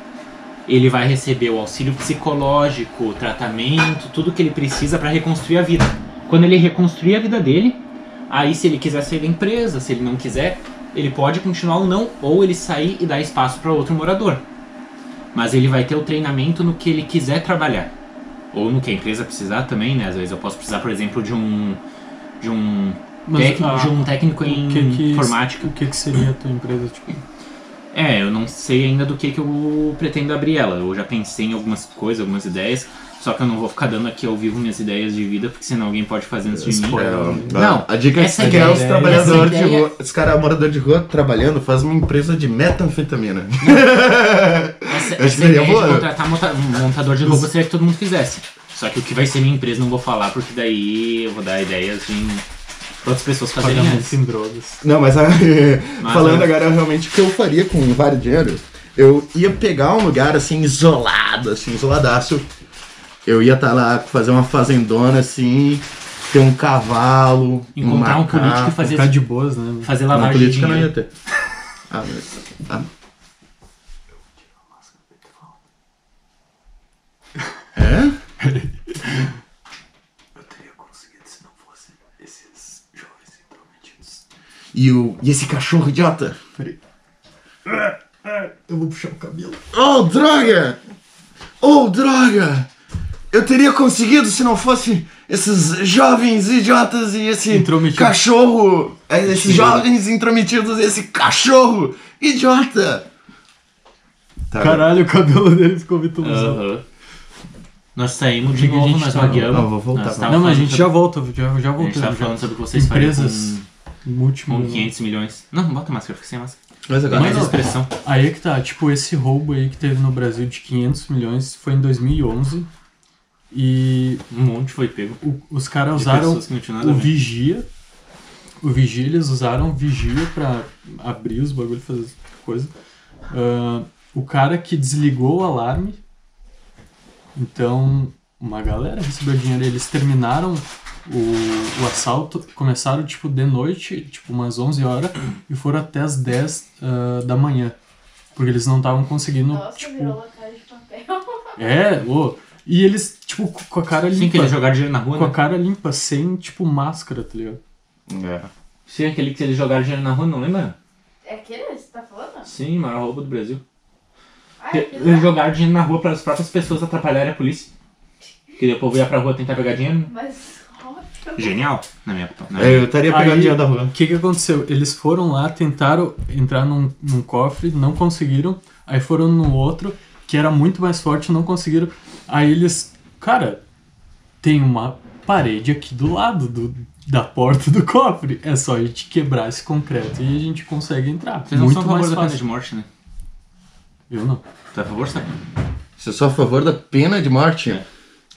Ele vai receber o auxílio psicológico, o tratamento, tudo que ele precisa para reconstruir a vida. Quando ele reconstruir a vida dele, aí se ele quiser sair da empresa, se ele não quiser, ele pode continuar ou não, ou ele sair e dar espaço para outro morador. Mas ele vai ter o treinamento no que ele quiser trabalhar. Ou no que a empresa precisar também, né? Às vezes eu posso precisar, por exemplo, de um... De um, Mas, técnico, ah, de um técnico em O que que, informática. o que que seria a tua empresa, tipo... É, eu não sei ainda do que, que eu pretendo abrir ela. Eu já pensei em algumas coisas, algumas ideias, só que eu não vou ficar dando aqui ao vivo minhas ideias de vida, porque senão alguém pode fazer antes de mim. Spoiler. É, Não, a dica é que essa se quer os ideia- trabalhadores essa de ideia- rua, os caras moradores de rua trabalhando, faz uma empresa de metanfetamina. Essa, Eu essa seria ideia boa. de contratar monta- um montador de roupa seria que todo mundo fizesse. Só que o que vai ser minha empresa não vou falar, porque daí eu vou dar ideias de outras pessoas fazerem Pagamento antes. em drogas. Não, mas, a- Mas, falando é. agora realmente o que eu faria com vários dinheiro, eu ia pegar um lugar assim, isolado, assim, isoladaço. Eu ia estar lá, fazer uma fazendona assim, ter um cavalo, Encontrar um macaco. político e fazer, Ficar de boas, né? fazer Não, lavagem de política não ia dinheiro. ter. Ah, mas... Ah. É? Eu teria conseguido se não fosse esses jovens intrometidos. E, o... e esse cachorro idiota? Peraí. Eu vou puxar o cabelo. Oh, droga! Oh, droga! Eu teria conseguido se não fosse esses jovens idiotas e esse Intrometidos. cachorro. é, Esses jovens intrometidos e esse cachorro idiota! Tá, Caralho, o cabelo dele ficou muito usado. Aham. Nós saímos O de que que a novo, gente nós tava- vagueamos. Não, vou voltar. Nós Não, tava Não, mas a falando gente sobre- já volta, já, já A gente tava voltamos. falando já. sobre o que vocês fariam Empresas com, múltiplas. com quinhentos milhões. Não, bota máscara, fica sem máscara. Mas Tem agora... mais não. expressão. Aí é que tá, tipo, esse roubo aí que teve no Brasil de quinhentos milhões foi em dois mil e onze. E Um monte foi pego. o- os caras De usaram pessoas que não tinham nada o a ver. Vigia. O Vigia, eles usaram o Vigia pra abrir os bagulhos, fazer as coisas. Ah, o cara que desligou o alarme. Então, uma galera recebeu dinheiro. Eles terminaram o, o assalto, começaram tipo de noite, tipo umas onze horas, e foram até as dez ah, da manhã. Porque eles não estavam conseguindo, Nossa, tipo... virou La Casa de Papel. É, ô. E eles, tipo, com a cara Sim, que limpa. eles jogaram dinheiro na rua, Com a né? cara limpa, sem, tipo, máscara, tá ligado? É. Sim, aquele que eles jogaram dinheiro na rua, não lembra? É aquele que você tá falando? Sim, maior roubo do Brasil. Ah, Que- é aquele Eles lá? jogaram dinheiro na rua para as próprias pessoas atrapalharem a polícia. Que daí o povo ia pra rua tentar pegar dinheiro. Mas, óbvio. Genial, na minha opinião. É, eu estaria pegando Aí, dinheiro da rua. o que que aconteceu? Eles foram lá, tentaram entrar num, num cofre, não conseguiram. Aí foram no outro, que era muito mais forte, não conseguiram. Aí eles... Cara, tem uma parede aqui do lado do, da porta do cofre. É só a gente quebrar esse concreto e a gente consegue entrar. Vocês não muito são a favor mais da pena fácil. de morte, né? Eu não. Tu é a favor, sabe? Você é só a favor da pena de morte? É.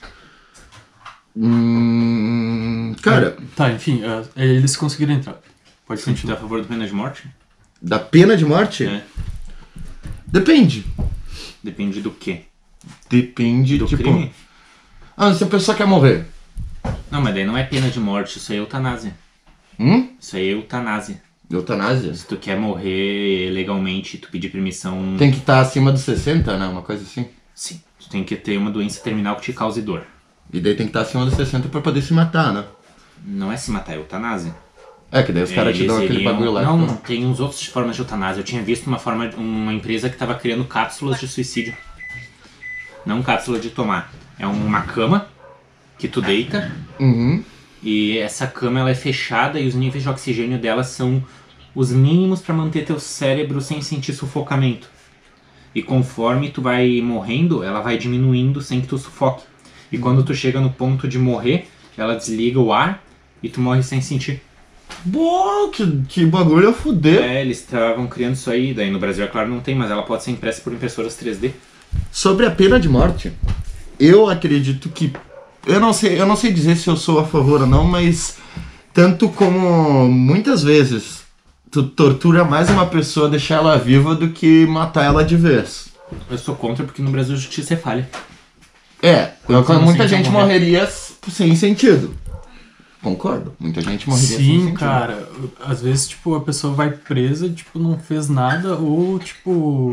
Hum, cara, Tá, enfim, é, é, eles conseguiram entrar. Pode Sim, tu é continuar. a favor da pena de morte? da pena de morte? É. Depende. Depende do quê? Depende, Do tipo... crime? Ah, se a pessoa quer morrer. Não, mas daí não é pena de morte, isso aí é eutanásia. Hum? Isso aí é eutanásia. Eutanásia? Se tu quer morrer legalmente, tu pedir permissão... Tem que estar acima dos sessenta, né? Uma coisa assim. Sim. Tu tem que ter uma doença terminal que te cause dor. E daí tem que estar acima dos sessenta pra poder se matar, né? Não é se matar, é eutanásia. É, que daí os caras te Eles dão aquele iriam- bagulho lá. Não, tipo, tem uns outros formas de eutanásia. Eu tinha visto uma forma, uma empresa que estava criando cápsulas de suicídio. Não cápsula de tomar. É uma cama que tu deita Uhum. e essa cama ela é fechada e os níveis de oxigênio dela são os mínimos para manter teu cérebro sem sentir sufocamento. E conforme tu vai morrendo, ela vai diminuindo sem que tu sufoque. E quando tu chega no ponto de morrer, ela desliga o ar e tu morre sem sentir. Boa, que, que bagulho a fuder. É, eles estavam criando isso aí, daí no Brasil é claro não tem, mas ela pode ser impressa por impressoras três D. Sobre a pena de morte, eu acredito que... Eu não sei, eu não sei dizer se eu sou a favor ou não, mas... Tanto como muitas vezes tu tortura mais uma pessoa, deixar ela viva, do que matar ela de vez. Eu sou contra porque no Brasil a justiça é falha. É, eu, você não muita sente gente morrer. morreria sem sentido. Concordo, muita gente morreria sem Sim, sentido. cara. Às vezes, tipo, a pessoa vai presa, tipo, não fez nada ou, tipo,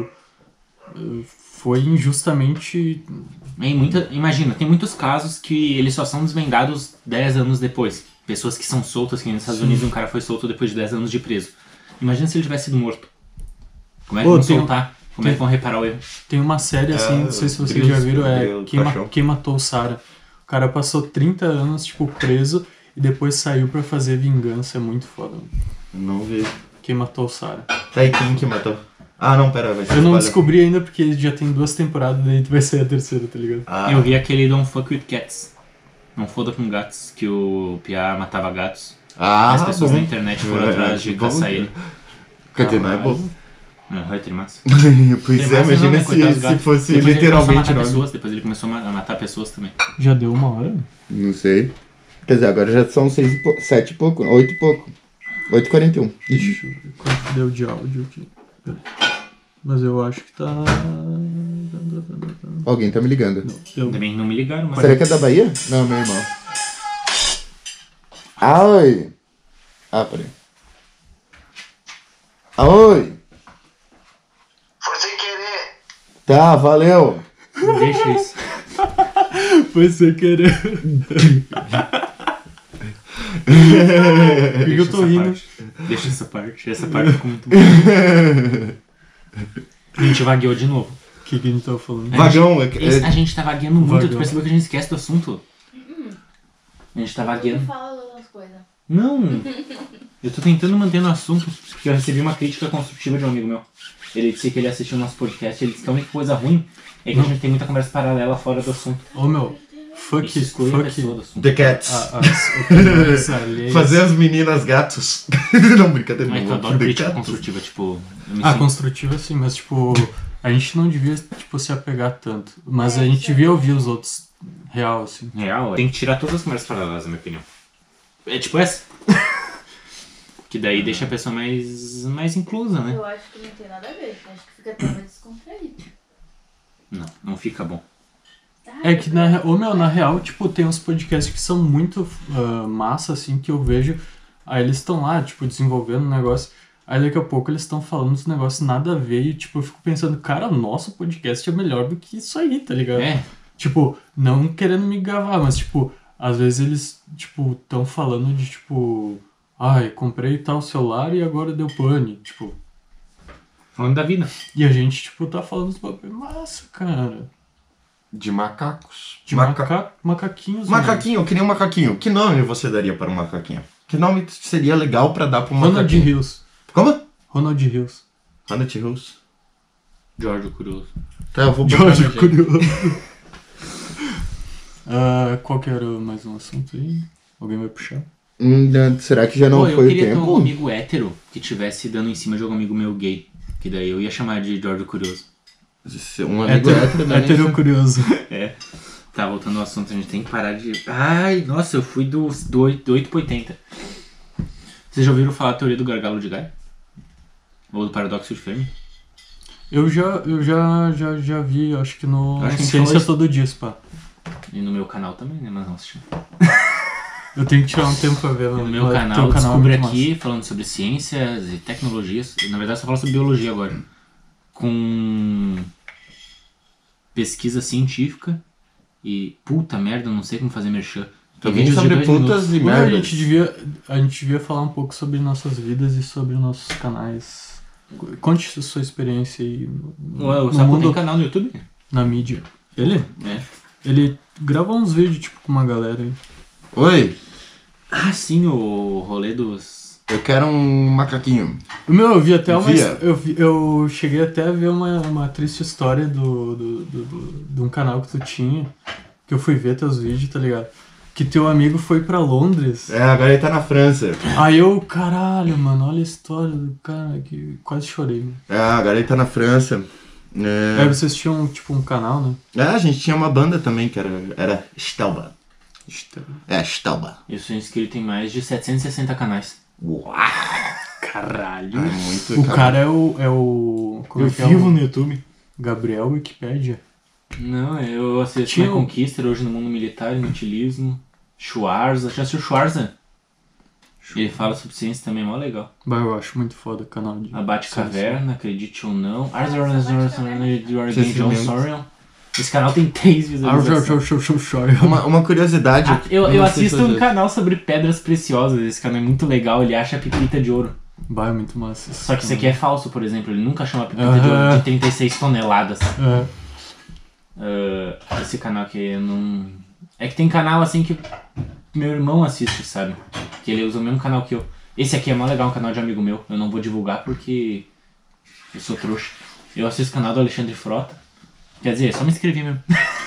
foi injustamente... E muita, imagina, tem muitos casos que eles só são desvendados dez anos depois. Pessoas que são soltas, que nos Estados Unidos um cara foi solto depois de dez anos de preso. Imagina se ele tivesse sido morto. Como é que Pô, vão tem- soltar? Como é que vão reparar o erro? Tem uma série assim, É, não sei se vocês Deus, já viram, é Deus, Quem, Ma- paixão. Quem Matou o Sarah. O cara passou trinta anos, tipo, preso e depois saiu pra fazer vingança. É muito foda. mano. Não vi. Quem Matou o Sarah. Tá aí quem que matou? Ah, não, pera, vai ser Eu não spoiler. descobri ainda porque já tem duas temporadas, daí vai sair a terceira, tá ligado? Ah, Eu vi aquele Don't Fuck With Cats. Não foda com gatos, que o Pia matava gatos. ah As pessoas bom. na internet foram É, atrás de bom. caçar ele. Quer dizer, não é bom. Não, vai ter massa. Pois é, Tem massa, imagina não, né, se, coitado dos se gatos. fosse Depois literalmente ele o começou a matar nome. pessoas, depois ele começou a matar pessoas também. Já deu uma hora? Não sei. Quer dizer, agora já são seis e pouco, sete e pouco, oito e pouco. oito e quarenta e um. Deixa eu ver quanto deu de áudio aqui. Pera. Mas eu acho que tá... Alguém tá me ligando. Deu. Ainda bem que não me ligaram, mas... Será que é da Bahia? Não, meu irmão. Ah, oi. Ah, peraí. Ah, oi. Foi sem querer. Tá, valeu. Deixa isso. Foi sem querer. Por que que eu tô essa rindo? parte. Deixa essa parte. Essa parte ficou muito boa. A gente vagueou de novo. O que, que a gente tava falando? Vagão. É, Esse- A é, gente tá vagueando muito. Vagão. Tu percebeu que a gente esquece do assunto? A gente tá Não vagueando. fala das outras coisas. Não! Eu tô tentando manter no assunto, porque eu recebi uma crítica construtiva de um amigo meu. Ele disse que ele assistiu o nosso podcast e ele disse que a única coisa ruim É que a gente tem muita conversa paralela fora do assunto. Ô meu, fuck, Isso exclui a fuck. pessoa do assunto. The Cats. a- as opiniões alheias. Fazer as meninas gatos. Não, brincadeira. Mas eu não, adoro The crítica Cats. construtiva, tipo... Eu me Ah, sinto- construtiva sim, mas tipo, a gente não devia tipo, se apegar tanto. Mas É, a gente isso é devia ouvir os outros real, assim. Real, tem que tirar todas as conversas paralelas, na minha opinião. É tipo essa. Que daí deixa a pessoa mais, mais inclusa, né? Eu acho que não tem nada a ver. Acho que fica até mais descontraído. Não, não fica bom. É que na, re- ô, meu, na real, tipo, tem uns podcasts que são muito ah, massa, assim, que eu vejo. Aí eles estão lá, tipo, desenvolvendo um negócio. Aí daqui a pouco eles estão falando uns negócios nada a ver. E, tipo, eu fico pensando, cara, nosso podcast é melhor do que isso aí, tá ligado? É, Tipo, não querendo me gavar, mas, tipo, às vezes eles, tipo, estão falando de, tipo... Ai, comprei tal celular e agora deu pane. Tipo, falando da vida. e a gente, tipo, tá falando uns bagulho massa, cara. De macacos. De Maca- maca... macaquinhos, Macaquinho, eu queria um macaquinho. Que nome você daria para um macaquinho? Que nome seria legal pra dar para um mano. Ronald macaquinho? Hills. Como? Ronald Hills. Ronald Hills. George o Curioso. Tá, eu vou botar Jorge no jeito. Curioso. Ah, qual que era mais um assunto aí? Alguém vai puxar? Hum, será que já não Pô, eu foi o queria ter um tempo? amigo hétero que tivesse dando em cima de um amigo meu gay. Que daí eu ia chamar de George o Curioso. Um amigo hétero, né? Hétero curioso. É. Tá, voltando ao assunto, a gente tem que parar de... Ai, nossa, eu fui do, do, oito- do oito pro oitenta. Vocês já ouviram falar da teoria do gargalo de Gaia? Ou do paradoxo de Fermi? Eu já, eu já, já, já vi, acho que no Acho que a gente Ciência falou isso. Todo Dia, pá. E no meu canal também, né? Mas não assisti. Eu tenho que tirar um tempo pra ver. No mas meu teu canal, eu é descobri muito aqui, falando sobre ciências e tecnologias. Na verdade, eu só falo sobre biologia agora. Com pesquisa científica e... Puta merda, eu não sei como fazer merchan. Tem Também vídeos de sobre dois putas minutos. e massa. A merdas. gente, devia, a gente devia falar um pouco sobre nossas vidas e sobre nossos canais. Conte a sua experiência aí no, Ué, o no Sapo mundo, tem canal no YouTube? na mídia. Ele? É. Ele grava uns vídeos, tipo, com uma galera aí. Oi, Ah, sim, o rolê dos... eu quero um macaquinho. Meu, eu vi até uma. Via. Eu, vi- eu cheguei até a ver uma, uma triste história do, do, do, do- de um canal que tu tinha. Que eu fui ver teus vídeos, tá ligado? Que teu amigo foi pra Londres. É, agora ele tá na França. Aí eu, caralho, mano, olha a história do cara que quase chorei. Mano. É, agora ele tá na França. Aí É, vocês tinham, tipo, um canal, né? é a gente tinha uma banda também que era, era Stelba. É, Stelba. Eu sou inscrito em mais de setecentos e sessenta canais. Uau! Caralho. É muito, O cara é o. É o como Eu é que é vivo o- no YouTube. Gabriel Wikipedia. Não, eu assisto Tinha My um- Conquista, hoje no mundo militar, inutilismo. Schwarza, já assistiu Schwarza? Ele fala sobre ciência também, é mó legal. Bah, eu acho muito foda o canal de. A Batcaverna, acredite ou não. Arthur Vocês se John lembram? Sorion. Esse canal tem três Ah, visualizações. show, show, show, show, show. Uma, uma curiosidade. Ah, eu, eu não sei assisto se um eu- canal sobre pedras preciosas. Esse canal é muito legal, ele acha a pepita de ouro. Bah, é muito massa. Só que isso aqui é falso, por exemplo. Ele nunca chama a pepita de Aham. ouro de trinta e seis toneladas. É. Ah, esse canal aqui eu não. É que tem canal assim que meu irmão assiste, sabe? Que ele usa o mesmo canal que eu. Esse aqui é mó legal, um canal de amigo meu. Eu não vou divulgar porque eu sou trouxa. Eu assisto o canal do Alexandre Frota. Quer dizer, só me inscrevi mesmo.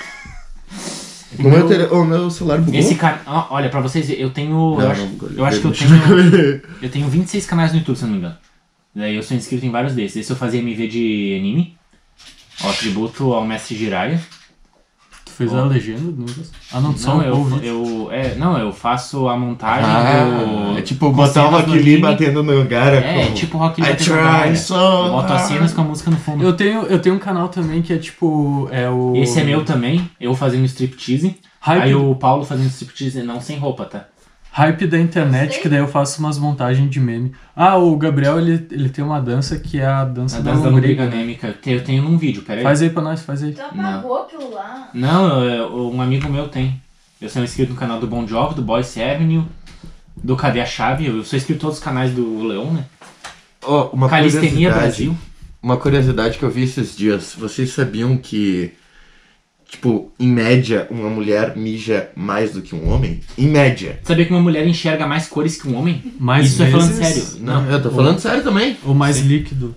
O meu, tele- o meu celular bugou. Esse canal. Olha, pra vocês verem, eu tenho. Não, eu, não acho, bugou. eu acho que eu tenho. Eu tenho vinte e seis canais no YouTube, se eu não me engano. Daí eu sou inscrito em vários desses. Esse eu fazia M V de anime. Ó, tributo ao Mestre Jiraiya. Tu fez Ó. a legenda do negócio? Ah, não, só Não, o eu, vídeo. eu, é, não, eu faço a montagem Ah, do... é tipo com botar o cenas Rock do Lee anime. batendo no cara É, com... tipo Rock Lee I batendo no try cara. so Eu boto as hard. cenas com a música no fundo. Eu tenho, eu tenho um canal também que é tipo. É o. Esse é meu também, eu fazendo striptease. Hype, Aí o Paulo fazendo striptease, não sem roupa, tá? hype da internet, Sei. que daí eu faço umas montagens de meme. Ah, o Gabriel, ele, ele tem uma dança que é a dança A da dança da lombriga. lombriga né? anêmica. Eu tenho- Eu tenho num vídeo, peraí. Faz aí pra nós, faz aí. Tu apagou aquilo lá? Não, eu- um amigo meu tem. Eu sou inscrito no canal do Bon Jovi, do Boyce Avenue, do Cadê a Chave? Eu sou inscrito em todos os canais do Leão, né? Oh, uma Calistenia curiosidade. Brasil. Uma curiosidade que eu vi esses dias. Vocês sabiam que, tipo, em média, uma mulher mija mais do que um homem? Em média. Sabia que uma mulher enxerga mais cores que um homem? Mais Isso é falando vezes, sério. Não, eu tô falando sério também. Ou mais Sim. líquido.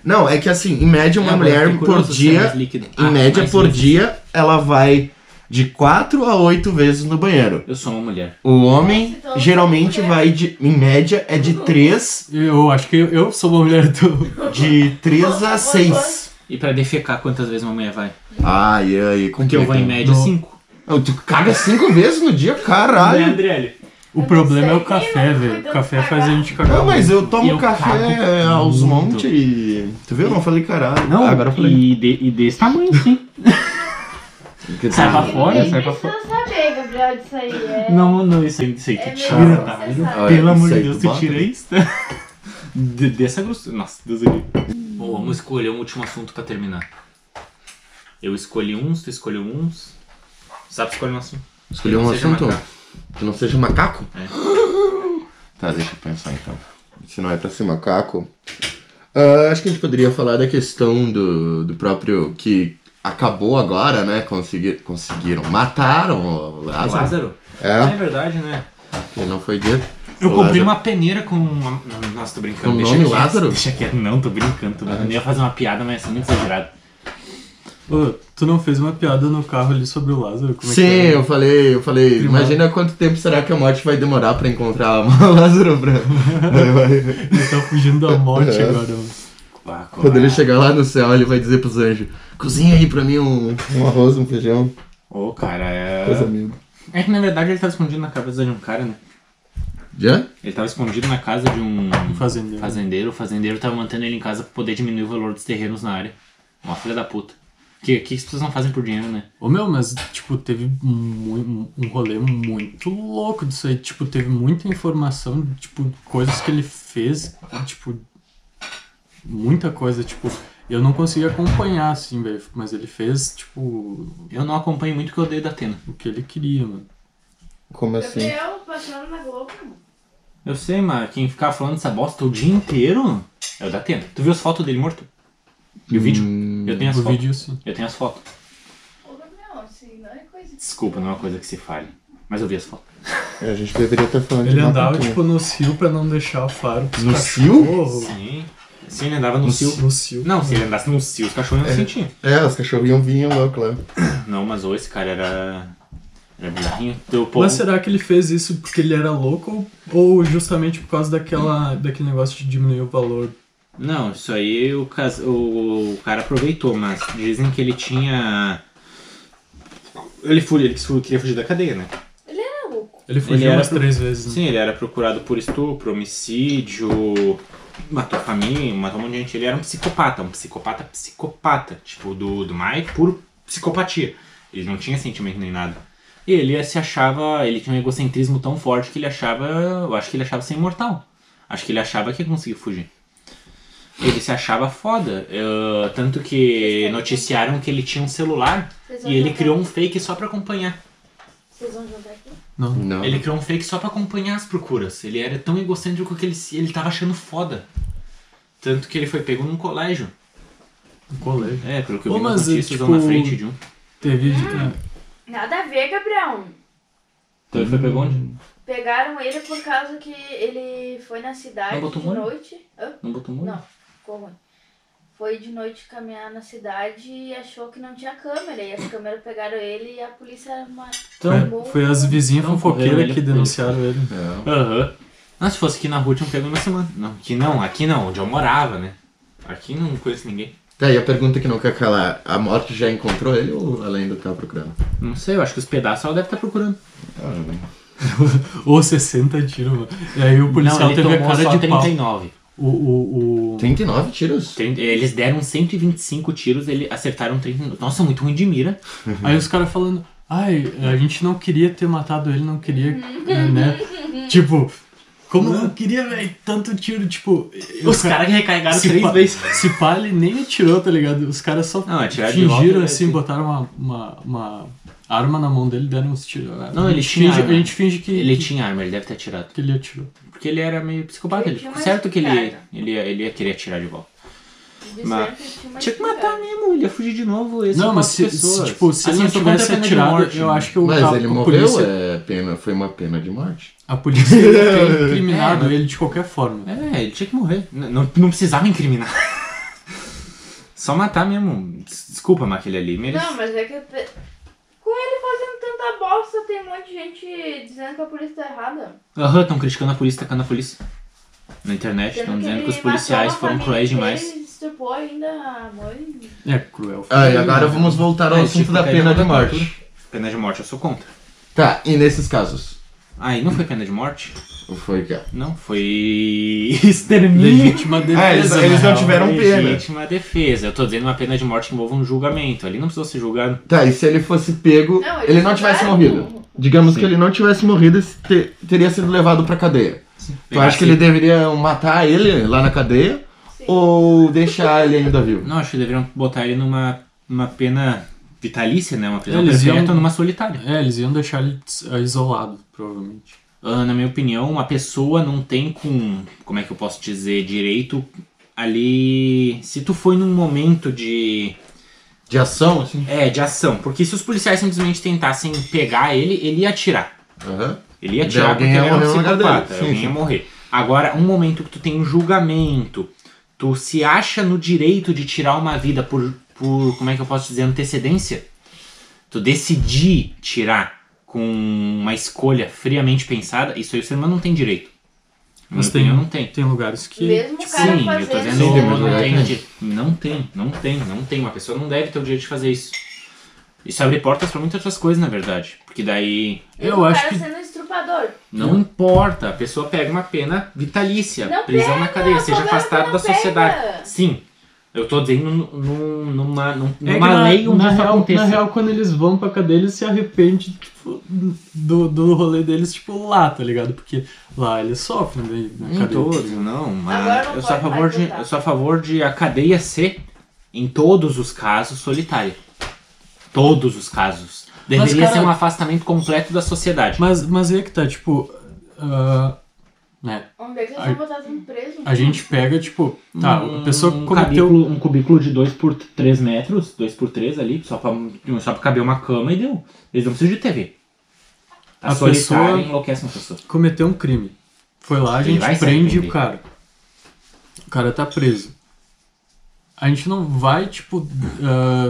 Não, é que assim, em média uma É, agora eu mulher fiquei por curioso se é dia, mais líquido. em Ah, média mais por líquido. dia, ela vai de quatro a oito vezes no banheiro. Eu sou uma mulher. O homem Nossa, então geralmente você é vai de, em média, é de três Eu acho que eu, eu sou uma mulher do. de três a seis. E pra defecar, quantas vezes uma mulher vai? Ai, ai, Porque eu vou em média No- cinco. Oh, tu caga cinco vezes no dia, Né, caralho. Andriele? O Eu problema é não o sei, café, nem velho. cuidando O café de faz a cagar. gente cagar. Não, mas eu tomo Eu café cago aos muito. montes e... Tu viu? Eu não falei caralho. Não, Ah, agora eu falei. e, de, e desse tamanho, sim. Quer dizer, Sai pra fora, Ninguém sai pra precisa fora. saber, Gabriel, disso aí. É... Não, não, isso aí, isso aí É tu meio tira, Ah, tá? desnecessário. olha, Pelo amor isso de aí Deus, tu tu bota? tira isso, tá? De, dessa grossura. Nossa, Deus do livre. Bom, vamos escolher um último assunto pra terminar. Eu escolhi uns, tu escolheu uns. Sabe escolher um assunto? Escolhi Que um não seja assunto macaco. que não seja macaco? É. Tá, deixa eu pensar então. Se não é pra ser macaco. Ah, acho que a gente poderia falar da questão do, do próprio. Que acabou agora, né? Consegui, conseguiram. Mataram o Lázaro. Lázaro? É, É verdade, né? que não foi dito. Eu O comprei Lázaro. uma peneira com. Uma... Nossa, tô brincando. Com o Deixa nome quieto, Lázaro? Deixa quieto. Não, tô brincando. Tô brincando. Eu ia fazer uma piada, mas é muito exagerado. Ô, tu não fez uma piada no carro ali sobre o Lázaro? Como é Sim, que é? eu falei, eu falei, Primal. imagina quanto tempo será que a morte vai demorar pra encontrar o Lázaro pra... Vai- vai- Ele tá fugindo da morte É. agora, mano. Ah, Quando ele chegar lá no céu, ele vai dizer pros anjos, cozinha aí pra mim um, um arroz, um feijão. Ô, cara, é. Coisa amigo. É que na verdade ele tava escondido na casa de um cara, né? Já? Ele tava escondido na casa de um Um fazendeiro. fazendeiro. O fazendeiro tava mantendo ele em casa pra poder diminuir o valor dos terrenos na área. Uma filha da puta. O que, que as pessoas não fazem por dinheiro, né? Ô meu, mas tipo, teve mu- um rolê muito louco disso aí. Tipo, teve muita informação, tipo, coisas que ele fez, tipo, muita coisa, tipo, eu não consegui acompanhar, assim, velho. Mas ele fez, tipo, Eu não acompanho muito porque eu odeio da Atena. o que ele queria, mano. Como assim? Gabriel passando na Globo. Eu sei, mas quem ficava falando essa bosta o dia inteiro é o da Atena. Tu viu as fotos dele morto? E o vídeo? Hum, Eu tenho as O fotos. vídeo, sim. Eu tenho as fotos. Ô, Gabriel, assim, não é coisa de... Desculpa, não é uma coisa que se fale. Mas eu vi as fotos. A gente deveria estar falando Ele de andava, macaquinho. tipo, no cio pra não deixar o faro pros No cachorros. Sim. Sim, ele andava no No cio. cio? No cio. Não, se ele andasse no cio, os cachorros não sentiam. É, os cachorrinhos vinham louco lá. Não, mas ou esse cara era. Era bizarrinho. Teu povo. Mas será que ele fez isso porque ele era louco ou, ou justamente por causa daquela, daquele negócio de diminuir o valor? Não, isso aí o, cas... o... o cara aproveitou, mas dizem que ele tinha. Ele, fu... ele fu- queria fugir da cadeia, né? Ele era louco. Ele fugiu era umas pro- três vezes, né? Sim, ele era procurado por estupro, homicídio, matou a família, matou um monte de gente. Ele era um psicopata, um psicopata psicopata, tipo do, do Mike, puro psicopatia. Ele não tinha sentimento nem nada. E ele se achava, ele tinha um egocentrismo tão forte que ele achava, eu acho que ele achava ser imortal. Acho que ele achava que ia conseguir fugir. Ele se achava foda, eu- tanto que noticiaram que ele tinha um celular Vocês vão e ele jogar criou um aqui? fake só pra acompanhar. Vocês vão jogar aqui? Não. Não. Ele criou um fake só pra acompanhar as procuras. Ele era tão egocêntrico que ele, se- ele tava achando foda. Tanto que ele foi pego num colégio. No colégio. É, pelo que eu Ô, vi nas mas, notícias, tipo, ou na frente de um. Teve. Hum. é, Nada a ver, Gabriel. Então ele foi pego onde? Pegaram ele por causa que ele foi na cidade Não botou de molho? noite. Hã? Não botou molho? Não, ficou ruim. Foi de noite caminhar na cidade e achou que não tinha câmera. E as câmeras pegaram ele e a polícia matou. foi, foi as vizinhas Então, fofoqueiras correram que ele- denunciaram ele. É. Aham. Não, se fosse aqui na rua tinham pego uma semana. Não, aqui não, aqui não, onde eu morava, né? Aqui não conheço ninguém. Tá, e a pergunta que não quer calar, a morte já encontrou ele ou ela ainda tá procurando? Não sei, eu acho que os pedaços ela deve estar procurando. Ou sessenta tiros, mano. E aí o policial não, ele teve a tomou cara só de trinta pau. e nove. O, o, o... trinta e nove tiros? Trinta- Eles deram cento e vinte e cinco tiros, ele acertaram trinta e nove. Nossa, muito ruim de mira. Aí os caras falando, ai, a gente não queria ter matado ele, não queria, né? Tipo, como não queria, velho, tanto tiro, tipo... Os caras recarregaram se três pá- vezes. Se pá, ele nem atirou, tá ligado? Os caras só Não, atiraram de volta, fingiram né, assim, assim. botaram uma, uma, uma arma na mão dele e deram uns tiros. Não, a ele gente tinha finge, arma. A gente finge que, Ele que, tinha arma, ele deve ter atirado. que ele atirou. Porque ele era meio psicopata. Ele Ele tinha ficou uma certo que ele, espingarda. ele, ia, ele ia querer atirar de volta. Disseram Mas- que ele tinha uma Tinha que matar espingarda. mesmo, ele ia fugir de novo. Esse Não, é mas quatro se, pessoas. se, tipo, se Assim, ele não sou contra a tivesse pena de atirado, morte. eu acho que o Mas ca- ele a morreu, polícia, é pena, foi uma pena de morte. a polícia ia ter incriminado É, mas- ele de qualquer forma. É, ele tinha que morrer. N- Não, não precisava incriminar. Só matar mesmo. Desculpa, mas aquele ali merece. Não, mas é que... Com ele fazendo tanta bosta, tem um monte de gente dizendo que a polícia tá errada. Aham, estão criticando a polícia, tacando a polícia. Na internet, estão Sendo dizendo que os ele policiais matou a foram família cruéis dele, demais. Ele estrupou ainda a mãe. É cruel. Ah, e agora vamos voltar ao É, assunto tipo, da cair pena na de tortura. morte. Pena de morte eu sou contra. Tá, e nesses casos? Ah, e não foi pena de morte? Ou foi que? Não, foi extermínio. Legítima defesa. Ah, eles- na eles não real. tiveram pena. Legítima defesa. Eu tô dizendo uma pena de morte que envolve um julgamento. Ali não precisou ser julgado. Tá, e se ele fosse pego, Não, ele, ele não foi tivesse pego. morrido? Digamos Sim. que ele não tivesse morrido, te- teria sido levado pra cadeia. Tu Pegar acha que assim- ele deveria matar ele lá na cadeia? Sim. Ou deixar ele ainda vivo? Não, acho que deveriam botar ele numa, numa pena vitalícia, né? Uma prisão Eles perpétua iam- numa solitária. É, eles iam deixar ele eh, isolado, provavelmente. Ah, na minha opinião, uma pessoa não tem com, como é que eu posso dizer, direito ali... Se tu foi num momento de... De ação, assim? É, de ação. Porque se os policiais simplesmente tentassem pegar ele, ele ia atirar. Aham. Ele ia De atirar alguém porque ia ele era um morrer no lugar dele. psicopata, Sim, alguém sim. ia morrer. Agora, um momento que tu tem um julgamento, tu se acha no direito de tirar uma vida por, por como é que eu posso dizer, antecedência, tu decidir tirar com uma escolha friamente pensada, isso aí o ser humano não tem direito. Na Mas minha opinião, tem, não tem. tem lugares que... Mesmo o Sim, cara eu tô fazendo... dizendo Sim, que mas não é tem, que- direito. não tem, não tem, não tem. Uma pessoa não deve ter o direito de fazer isso. Isso abre portas pra muitas outras coisas, na verdade. Porque daí Eu o acho cara que... sendo estrupador. não importa, a pessoa pega uma pena vitalícia, Não prisão pega, na cadeia, o seja problema é afastado que da não pega. sociedade. Sim, eu tô dizendo num- num- numa, num- É que numa na, lei onde na isso real, aconteça. na real, quando eles vão pra cadeia, eles se arrependem tipo, do, do rolê deles, tipo, lá, tá ligado? Porque lá eles sofrem né, na Em cadeia. todos, não, mas Agora não eu sou a pode favor mais de, voltar. eu sou a favor de a cadeia ser, em todos os casos, solitária. Todos os casos. Deveria cara- ser um afastamento completo da sociedade. Mas, mas aí que tá, tipo... ah, né? Onde é que eles Ai. vão botar tudo preso? A gente pega, tipo... Tá, a pessoa um cometeu... cubículo, um cubículo de dois por três metros, dois por três ali, só pra, só pra caber uma cama e deu. Eles não precisam de T V. A, A solitária pessoa- enlouquece uma pessoa. cometeu um crime. Foi lá, a Ele gente vai se prende arrepender. o cara. O cara tá preso. A gente não vai, tipo, ah,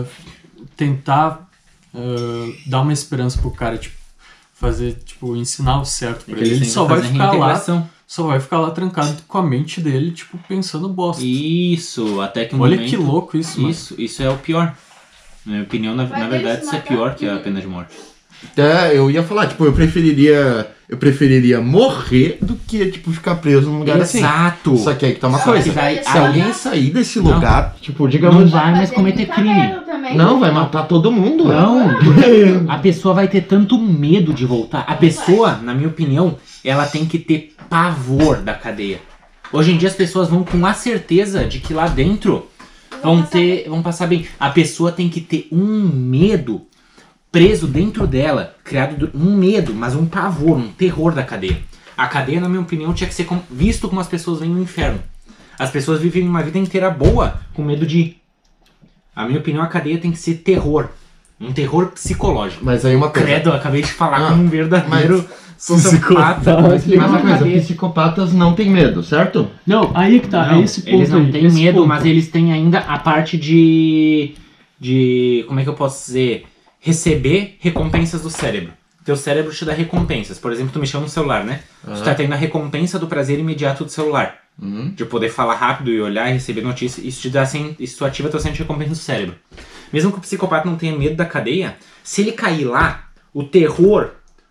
tentar ah, dar uma esperança pro cara, tipo, fazer, tipo, ensinar o certo pra ele. Ele só vai ficar lá, só vai ficar lá trancado com a mente dele, tipo, pensando bosta. Isso, até que um Olha momento... que louco isso, mano. Isso, isso é o pior. Na minha opinião, na, Vai na ter verdade, que isso é matar. pior que a pena de morte. É, eu ia falar, tipo, eu preferiria. Eu preferiria morrer do que, tipo, ficar preso num lugar assim. Exato! Só que aí que tá uma Só coisa. que daí- Se alguém sair desse Não. lugar, tipo, Não digamos. vai mais fazer cometer muita crime. merda também. Não, vai matar todo mundo. Não, a pessoa vai ter tanto medo de voltar. A pessoa, na minha opinião, ela tem que ter pavor da cadeia. Hoje em dia as pessoas vão com a certeza de que lá dentro vão passar ter, vão passar bem. A pessoa tem que ter um medo preso dentro dela, criado do- um medo, mas um pavor, um terror da cadeia. A cadeia, na minha opinião, tinha que ser como- visto como as pessoas vêm no inferno. As pessoas vivem uma vida inteira boa com medo de ir. A minha opinião, a cadeia tem que ser terror. Um terror psicológico. Mas aí uma coisa. Credo, eu acabei de falar Ah, como um verdadeiro Psicopata. sociopata. Mas explica Mas uma a coisa, cadeia- psicopatas não têm medo, certo? Não, aí que tá, Não, é esse ponto eles não aí, têm esse medo, ponto. mas eles têm ainda a parte de... de... como é que eu posso dizer? Receber recompensas do cérebro. Teu cérebro te dá recompensas. Por exemplo, tu mexeu no celular, né? Tu tá tendo a recompensa do prazer imediato do celular. Uhum. De poder falar rápido e olhar e receber notícia. Isso te dá assim, isso ativa teu centro de recompensa do cérebro. Mesmo que o psicopata não tenha medo da cadeia, se ele cair lá, o terror,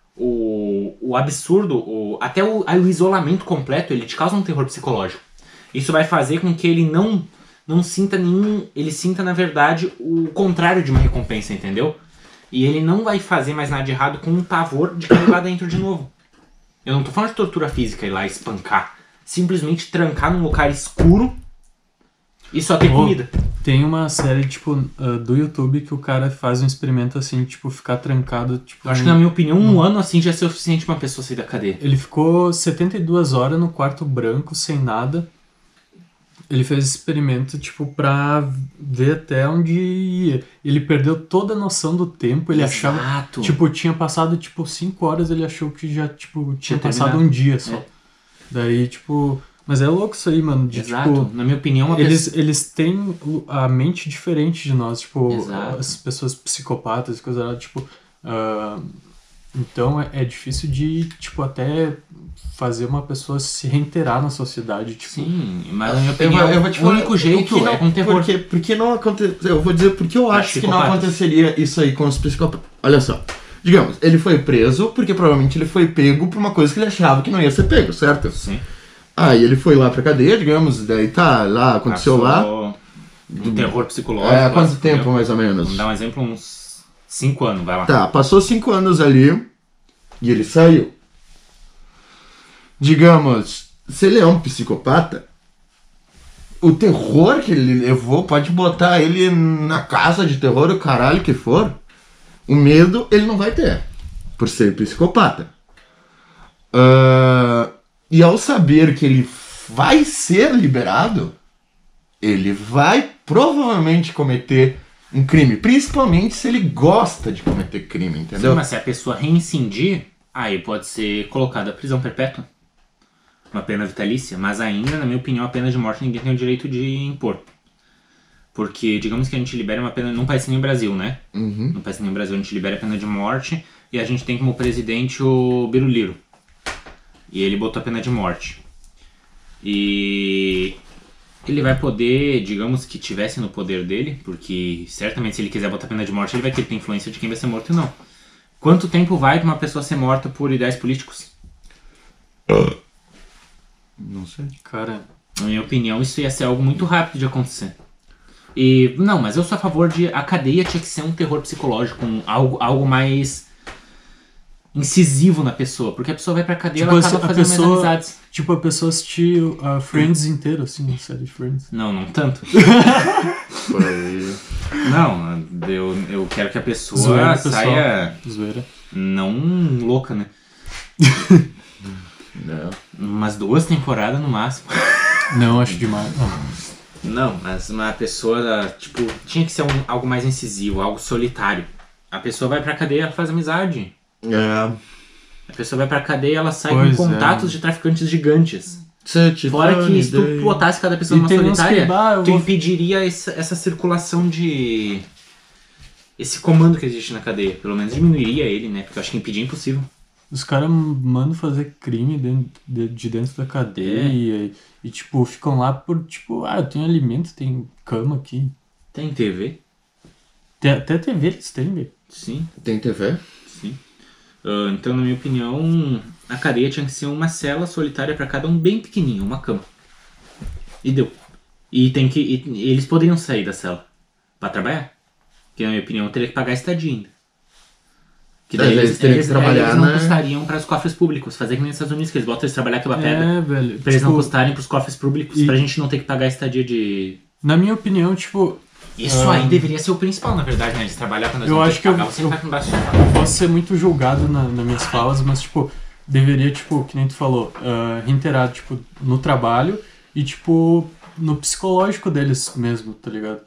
o, o absurdo, o, até o, o isolamento completo, ele te causa um terror psicológico. Isso vai fazer com que ele não, não sinta nenhum... Ele sinta, na verdade, o contrário de uma recompensa, entendeu? E ele não vai fazer mais nada de errado com um pavor de cair lá dentro de novo. Eu não tô falando de tortura física, ir lá espancar. Simplesmente trancar num lugar escuro e só ter Oh, comida. Tem uma série, tipo, ah, do YouTube que o cara faz um experimento assim, tipo, ficar trancado, tipo... Eu acho um- que, na minha opinião, um ano assim já é suficiente pra uma pessoa sair da cadeia. Ele ficou setenta e duas horas no quarto branco, sem nada. Ele fez esse experimento, tipo, pra ver até onde ia. Ele perdeu toda a noção do tempo, ele achava... Exato. Tipo, tinha passado, tipo, cinco horas, ele achou que já, tipo, tinha Tinha passado terminado. um dia só. É. Daí, tipo, Mas é louco isso aí, mano. De, Exato. tipo, Na minha opinião, uma eles, pessoa... eles têm a mente diferente de nós. Tipo, Exato. as pessoas psicopatas e coisa lá, tipo... Uh, então é, é difícil de, tipo, até fazer uma pessoa se reiterar na sociedade. Tipo, Sim, mas na minha opinião, eu, eu vou te o falar, único jeito não, é com terror. Porque, porque não aconteceu. Eu vou dizer porque eu acho que não psicopatas. aconteceria isso aí com os psicopatas. Olha só. Digamos, ele foi preso porque provavelmente ele foi pego por uma coisa que ele achava que não ia ser pego, certo? Sim. Aí ele foi lá pra cadeia, digamos, daí tá, lá, aconteceu lá. Um terror psicológico. É, há quanto lá, tempo, entendeu? mais ou menos? Vamos dar um exemplo, uns cinco anos, vai lá. Tá, passou cinco anos ali e ele saiu. Digamos, se ele é um psicopata, o terror que ele levou pode botar ele na casa de terror, o caralho que for. O medo ele não vai ter, por ser psicopata. Uh, e ao saber que ele vai ser liberado, ele vai provavelmente cometer um crime, principalmente se ele gosta de cometer crime, entendeu? Sim, mas se a pessoa reincindir, aí pode ser colocada à prisão perpétua. Uma pena vitalícia, mas ainda, na minha opinião, a pena de morte ninguém tem o direito de impor. Porque, digamos que a gente libera uma pena num país que nem o Brasil, né? Uhum. Num país que nem o Brasil, a gente libera a pena de morte e a gente tem como presidente o Biruliro. E ele botou a pena de morte. E ele vai poder, digamos que tivesse no poder dele, porque certamente se ele quiser botar a pena de morte, ele vai ter influência de quem vai ser morto ou não. Quanto tempo vai pra uma pessoa ser morta por ideais políticos? Não sei. cara... Na minha opinião, isso ia ser algo muito rápido de acontecer. E, não, mas eu sou a favor de... A cadeia tinha que ser um terror psicológico, um, algo, algo mais incisivo na pessoa. Porque a pessoa vai pra cadeia e Tipo, ela acaba a fazendo pessoa- mais amizades. Tipo, a pessoa assistir uh, Friends inteiro, assim, a série Friends. Não, não tanto. Por aí. Não, eu, eu quero que a pessoa Zoeira, pessoal. saia Zoeira. não louca, né? Não. Umas duas temporadas no máximo. Não, acho demais. Não. Não, mas uma pessoa, tipo, tinha que ser um, algo mais incisivo, algo solitário. A pessoa vai pra cadeia e ela faz amizade. É. A pessoa vai pra cadeia e ela sai Pois com é. contatos de traficantes gigantes. Você Fora que se tu botasse cada pessoa E numa tem uns solitária, que, bah, eu tu vou- impediria essa, essa circulação de... Esse comando que existe na cadeia. Pelo menos diminuiria ele, né? Porque eu acho que impedir é impossível. Os caras mandam fazer crime dentro, de, de dentro da cadeia É. e, e, tipo, ficam lá por, tipo, ah, eu tenho alimento, tem cama aqui. Tem T V? Tem, até T V eles têm, velho. Sim, Tem T V? sim. Ah, então, na minha opinião, a cadeia tinha que ser uma cela solitária pra cada um, bem pequenininho, uma cama. E deu. E, tem que, e, e eles poderiam sair da cela pra trabalhar. Porque, na minha opinião, teria que pagar estadia ainda. Que daí Mas eles, eles teriam que eles, trabalhar, eles não né? custariam para os cofres públicos. Fazer que nem nos Estados Unidos, que eles botam eles trabalhar pela pedra. É, velho. Pra eles não Tipo, custarem pros cofres públicos. e- Pra gente não ter que pagar a estadia de... na minha opinião, tipo, Isso Ah. aí deveria ser o principal, na verdade, né? Eles trabalhar pra nós Eu não ter acho que eu- pagar. Você eu- vai com o braço eu posso ser muito julgado na, nas minhas falas, mas, tipo, deveria, tipo, que nem tu falou, uh, reiterar, tipo, no trabalho e, tipo, no psicológico deles mesmo, tá ligado?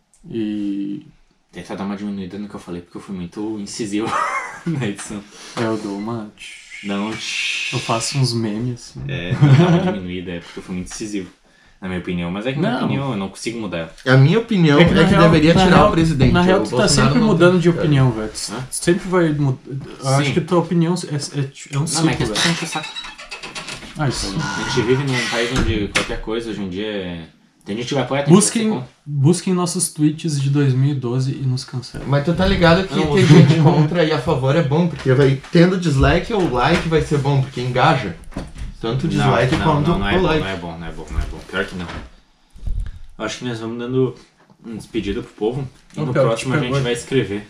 E Tentar dar uma diminuída no que eu falei, porque eu fui muito incisivo na edição. é, eu dou uma... Não, Eu faço uns memes, assim. é, dar uma diminuída, é porque eu fui muito incisivo, na minha opinião. Mas é que, na minha Não. opinião, eu não consigo mudar ela. A minha opinião é que, na real- deveria na tirar real- o presidente. Na real, O tu tá Bolsonaro sempre não mudando tem- de opinião, velho. Tu Hã? sempre vai mudar. Eu acho Sim. que tua opinião é, é, é um Não, ciclo, mas é que as velho. pessoas enchem o saco. Ah, isso. A gente vive num país onde qualquer coisa hoje em dia é... Tem gente que vai apoiar, tem gente que vai ser Busquem, contra. busquem nossos tweets de dois mil e doze e nos cancelem. Mas tu tá ligado que Não, tem eu- gente contra e a favor é bom, porque vai tendo dislike ou like vai ser bom, porque engaja. Tanto o dislike não, quanto não, não é o bom, like. não é bom, não é bom, não é bom. Pior que não. Eu acho que nós vamos dando um despedida pro povo e Não, no pior que próximo a pegou. gente vai escrever.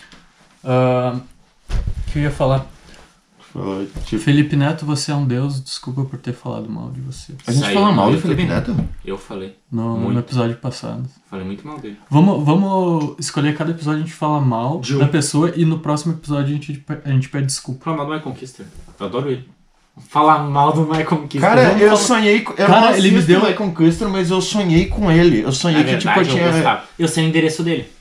Ah, o que eu ia falar? Fala, tipo, Felipe Neto, você é um deus, desculpa por ter falado mal de você. a gente Saiu fala mal no do Felipe YouTube. Neto? Eu falei. No, Muito. no episódio passado. Falei muito mal dele. Vamos, vamos escolher cada episódio, a gente fala mal De um. da pessoa e no próximo episódio a gente, a gente pede desculpa. Falar mal do Michael Kister. Eu adoro ele. Falar mal do Michael Kister. Cara, Vamos eu falar- sonhei com. Eu Cara, não ele me assisto deu- o Michael Custer, mas eu sonhei com ele. Eu sonhei Na que, verdade, tipo, eu eu tinha. gostava. Eu sei o endereço dele.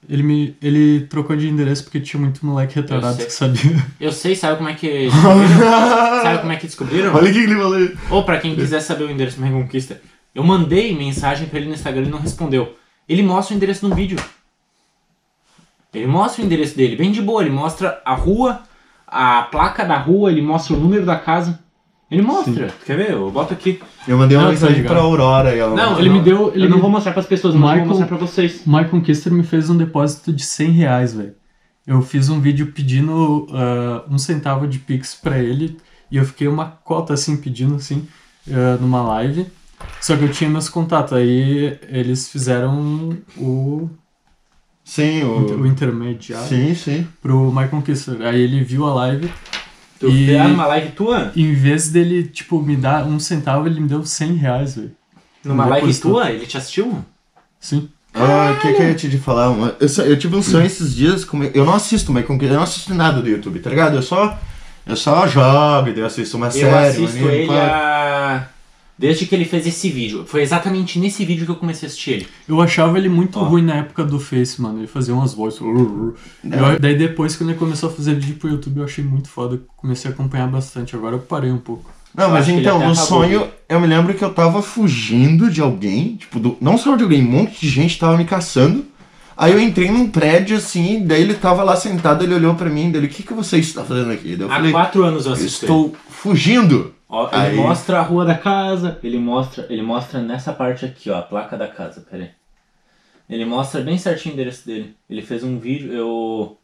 Ele, me, ele trocou de endereço porque tinha muito moleque retardado que sabia. Eu sei, sabe como é que descobriram? Sabe como é que descobriram? Olha o que ele falou. Ou pra quem quiser saber o endereço do Reconquista, eu mandei mensagem pra ele no Instagram e ele não respondeu. Ele mostra o endereço no vídeo. Ele mostra o endereço dele, bem de boa. Ele mostra a rua, a placa da rua, ele mostra o número da casa. Ele mostra. Sim. Quer ver? Eu boto aqui. Eu mandei uma não, mensagem pra Aurora e ela... Não, ele não, me deu... Ele eu não vou mostrar pras pessoas, mas Michael, eu vou mostrar pra vocês. O My Conquister me fez um depósito de cem reais, velho. Eu fiz um vídeo pedindo uh, um centavo de Pix pra ele. E eu fiquei uma cota, assim, pedindo, assim, uh, numa live. Só que eu tinha meus contatos. Aí eles fizeram o... Sim, o... O intermediário. Sim, sim. Pro My Conquister. Aí ele viu a live... Tu fez uma live tua? Em vez dele, tipo, me dar um centavo, ele me deu cem reais, velho. Numa live tua? Ele te assistiu? Sim. Ah, o que, que eu ia te falar? Eu, só, eu tive um sonho esses dias, como eu não assisto, mas eu não assisto nada do YouTube, tá ligado? Eu só, eu só jogo, eu assisto uma eu série. Eu assisto um ele a... Desde que ele fez esse vídeo. Foi exatamente nesse vídeo que eu comecei a assistir ele. Eu achava ele muito oh. ruim na época do Face, mano. Ele fazia umas vozes. Eu, daí depois, quando ele começou a fazer vídeo pro YouTube, eu achei muito foda. Comecei a acompanhar bastante. Agora eu parei um pouco. Não, mas então, no sonho, eu me lembro que eu tava fugindo de alguém. Tipo, do, não só de alguém, um monte de gente tava me caçando. Aí eu entrei num prédio assim, daí ele tava lá sentado, ele olhou pra mim, dele, o que que você está fazendo aqui? Daí eu Há falei, quatro anos eu assisto. Estou fugindo. Ó, ele aí... mostra a rua da casa, ele mostra, ele mostra nessa parte aqui, ó, a placa da casa, pera aí. Ele mostra bem certinho o endereço dele. Ele fez um vídeo, eu...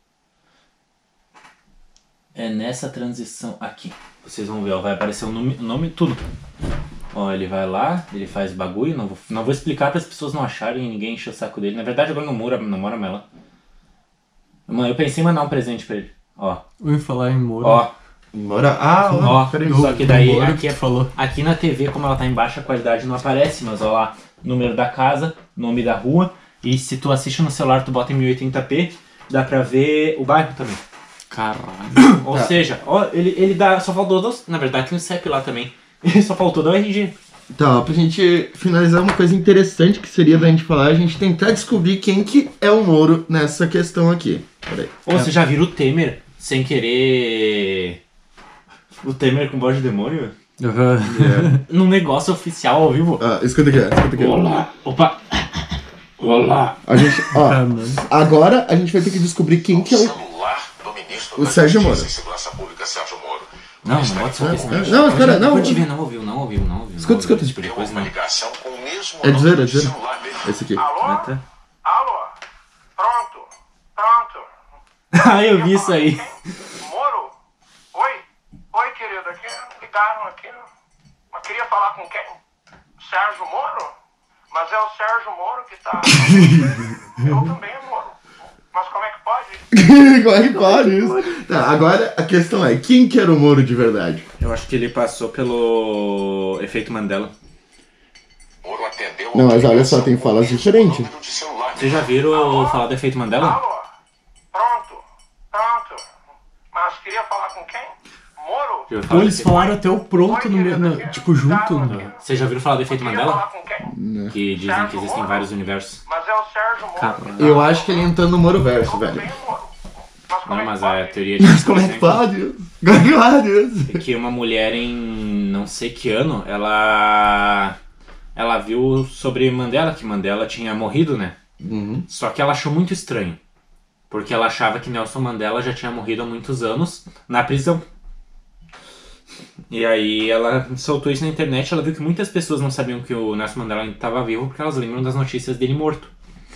É nessa transição aqui. Vocês vão ver, ó, vai aparecer o nome, o nome tudo. Ó, ele vai lá, ele faz bagulho, não vou, não vou explicar para as pessoas não acharem e ninguém encher o saco dele. Na verdade agora não mora, não mora mais lá. Mano, eu pensei em mandar um presente pra ele, ó. Eu ia falar em Moura. Ó. Moura? Ah, ó, ó só que daí Moura aqui, que falou. aqui na T V, como ela tá em baixa qualidade, não aparece, mas ó lá, número da casa, nome da rua, e se tu assiste no celular, tu bota em mil e oitenta p, dá pra ver o bairro também. Caralho. Ou tá. seja, ó, ele, ele dá, só faltou, dos, na verdade tem um C E P lá também, ele só faltou dar o R G. Tá, ó, pra gente finalizar uma coisa interessante que seria da gente falar, a gente tentar descobrir quem que é o Moro nessa questão aqui. Peraí. Ou você já viu o Temer sem querer... O Temer com voz de demônio? Uhum. Yeah. Num negócio oficial ao vivo. Ah, escuta aqui, escuta aqui. Olá. Opa. Olá. A gente, ó, agora a gente vai ter que descobrir quem que é o... O Sérgio Moro. Não, não pode ser esse não, não, espera, não. Pode ver, não ouviu, não ouviu, não ouviu. Escuta, escuta. Tipo de coisa, não. É dizer, é dizer. Esse aqui. Alô? Alô? Pronto. Pronto. Ah, eu vi isso aí. Moro? Oi? Oi, querido. Aqui ligaram aqui. Mas queria falar com quem? Sérgio Moro? Mas é o Sérgio Moro que tá... Eu também, Moro. Mas como é que pode? Como é que pode isso? Tá, agora a questão é, quem que era o Moro de verdade? Eu acho que ele passou pelo efeito Mandela. Não, mas olha só, tem falas diferentes. Vocês já viram falar do efeito Mandela? Alô? Pronto. Pronto. Mas queria falar com quem? Moro? Ou eles falaram até o pronto, no, no, tipo, junto. Né? Vocês já viram falar do efeito Mandela? Não. Que dizem que existem vários universos. Mas é o Sérgio Moro. Caramba. Eu acho que ele entrou no Moro verso, velho. Não, mas a teoria de... Mas como é que pode? Como é que pode isso? É que uma mulher em não sei que ano, ela... Ela viu sobre Mandela, que Mandela tinha morrido, né? Uhum. Só que ela achou muito estranho. Porque ela achava que Nelson Mandela já tinha morrido há muitos anos na prisão. E aí ela soltou isso na internet, ela viu que muitas pessoas não sabiam que o Nelson Mandela ainda estava vivo porque elas lembram das notícias dele morto.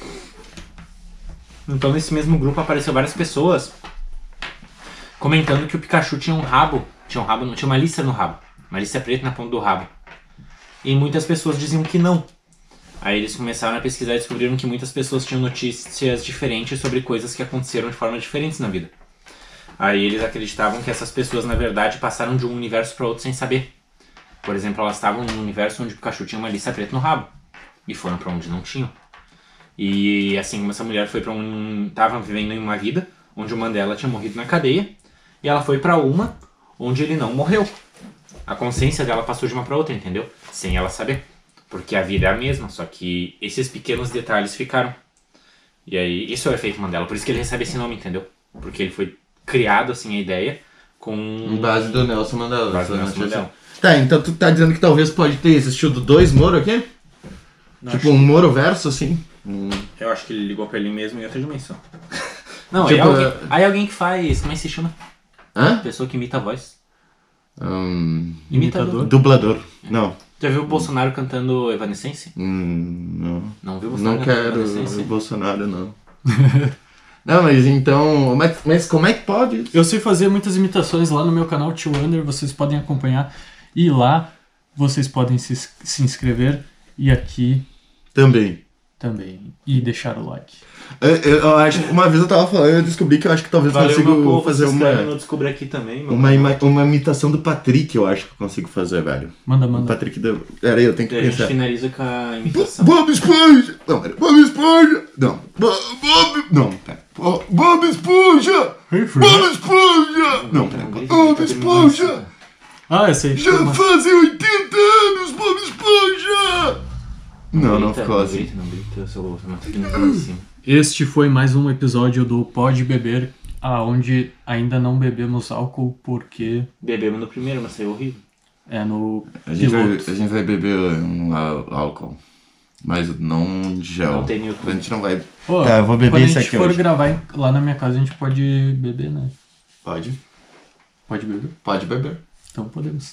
Então nesse mesmo grupo apareceu várias pessoas comentando que o Pikachu tinha um rabo, tinha um rabo, não tinha uma lista no rabo, uma lista preta na ponta do rabo. E muitas pessoas diziam que não. Aí eles começaram a pesquisar e descobriram que muitas pessoas tinham notícias diferentes sobre coisas que aconteceram de forma diferentes na vida. Aí eles acreditavam que essas pessoas, na verdade, passaram de um universo para outro sem saber. Por exemplo, elas estavam num universo onde o Pikachu tinha uma lista preta no rabo. E foram para onde não tinham. E assim como essa mulher foi para um... Tava vivendo em uma vida onde o Mandela tinha morrido na cadeia. E ela foi para uma onde ele não morreu. A consciência dela passou de uma para outra, entendeu? Sem ela saber. Porque a vida é a mesma, só que esses pequenos detalhes ficaram. E aí, isso é o efeito Mandela, por isso que ele recebe esse nome, entendeu? Porque ele foi criado, assim, a ideia com... Em base do Nelson Mandela. Base do Nelson Mandela. Tá, então tu tá dizendo que talvez pode ter existido dois Moro aqui? Não, tipo um Moro verso, assim? Hum. Eu acho que ele ligou pra ele mesmo em outra dimensão. Não, Tipo, aí, alguém, é- aí alguém que faz, como é que se chama? Hã? Pessoa que imita a voz. Hum, Imitador. dublador. Não. Já viu o Bolsonaro cantando Evanescence? Hum, não. Não viu o Bolsonaro Não cantando quero Evanescence? o Bolsonaro, não. Não, mas então... Mas, mas como é que pode? Eu sei fazer muitas imitações lá no meu canal Tio Under, vocês podem acompanhar. E lá vocês podem se, se inscrever. E aqui Também. também. E deixar o like. Eu, eu, eu acho que uma vez eu tava falando, eu descobri que eu acho que talvez eu Valeu, meu consigo povo, fazer se inscreve no uma, Descobrir Aqui também, meu uma, povo. ima- uma imitação do Patrick, eu acho que eu consigo fazer, velho. Manda, O manda. Patrick deu... Pera aí, eu tenho que E a gente pensar. finaliza com a Bo- imitação. Bob Esponja! Não, pera. Bob Esponja! Não. Bo- Bob... Não, pera. Bo- Bob Esponja! Bob Esponja! Não, pera. Não grita, Bob grita, Esponja! grita. Ah, eu sei. Já Uma- fazem oitenta anos, Bob Esponja! Não, não grita, ficou não assim. Grita, não grita, eu sou uma pequenininha em cima. Este foi mais um episódio do Pode Beber, aonde ainda não bebemos álcool porque Bebemos no primeiro, mas saiu horrível. é no A gente, vai, piloto. a gente vai beber um á- álcool. Mas não em gel. Não tem Newton. A gente não vai... Pô, Tá, eu vou beber quando isso a gente aqui for hoje. gravar em- lá na minha casa, a gente pode beber, né? Pode? Pode beber? Pode beber. Então podemos.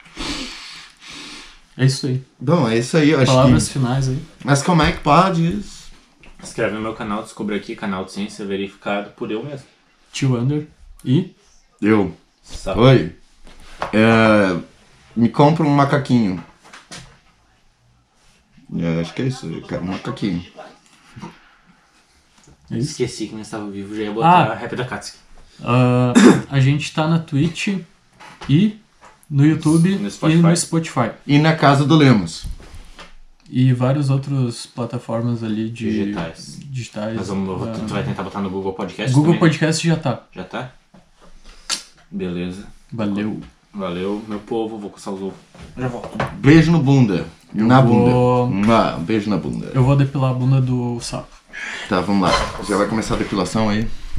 É isso aí. Bom, é isso aí, eu acho Palavras que... finais aí. Mas como é que pode isso? Se inscreve no meu canal, Descobri Aqui, canal de ciência verificado por eu mesmo. Tio Under e... Eu. Sabe? Oi. É, me compra um macaquinho. É, acho que é isso, eu quero um macaquinho. É isso. Esqueci que não estava vivo, já ia botar Ah. rap da Katsuki. Ah, a gente tá na Twitch e no YouTube No e Spotify. no Spotify. E na casa do Lemos. E várias outras plataformas ali de Digitais. digitais. Nós vamos, Ah, tu vai tentar botar no Google Podcast Google também, né? Podcast já tá. Já tá? Beleza. Valeu. Valeu, meu povo. Vou coçar os ovos. Já volto. Beijo no bunda. Eu na vou- bunda. Ah, um beijo na bunda. Eu vou depilar a bunda do sapo. Tá, vamos lá. Já vai começar a depilação aí.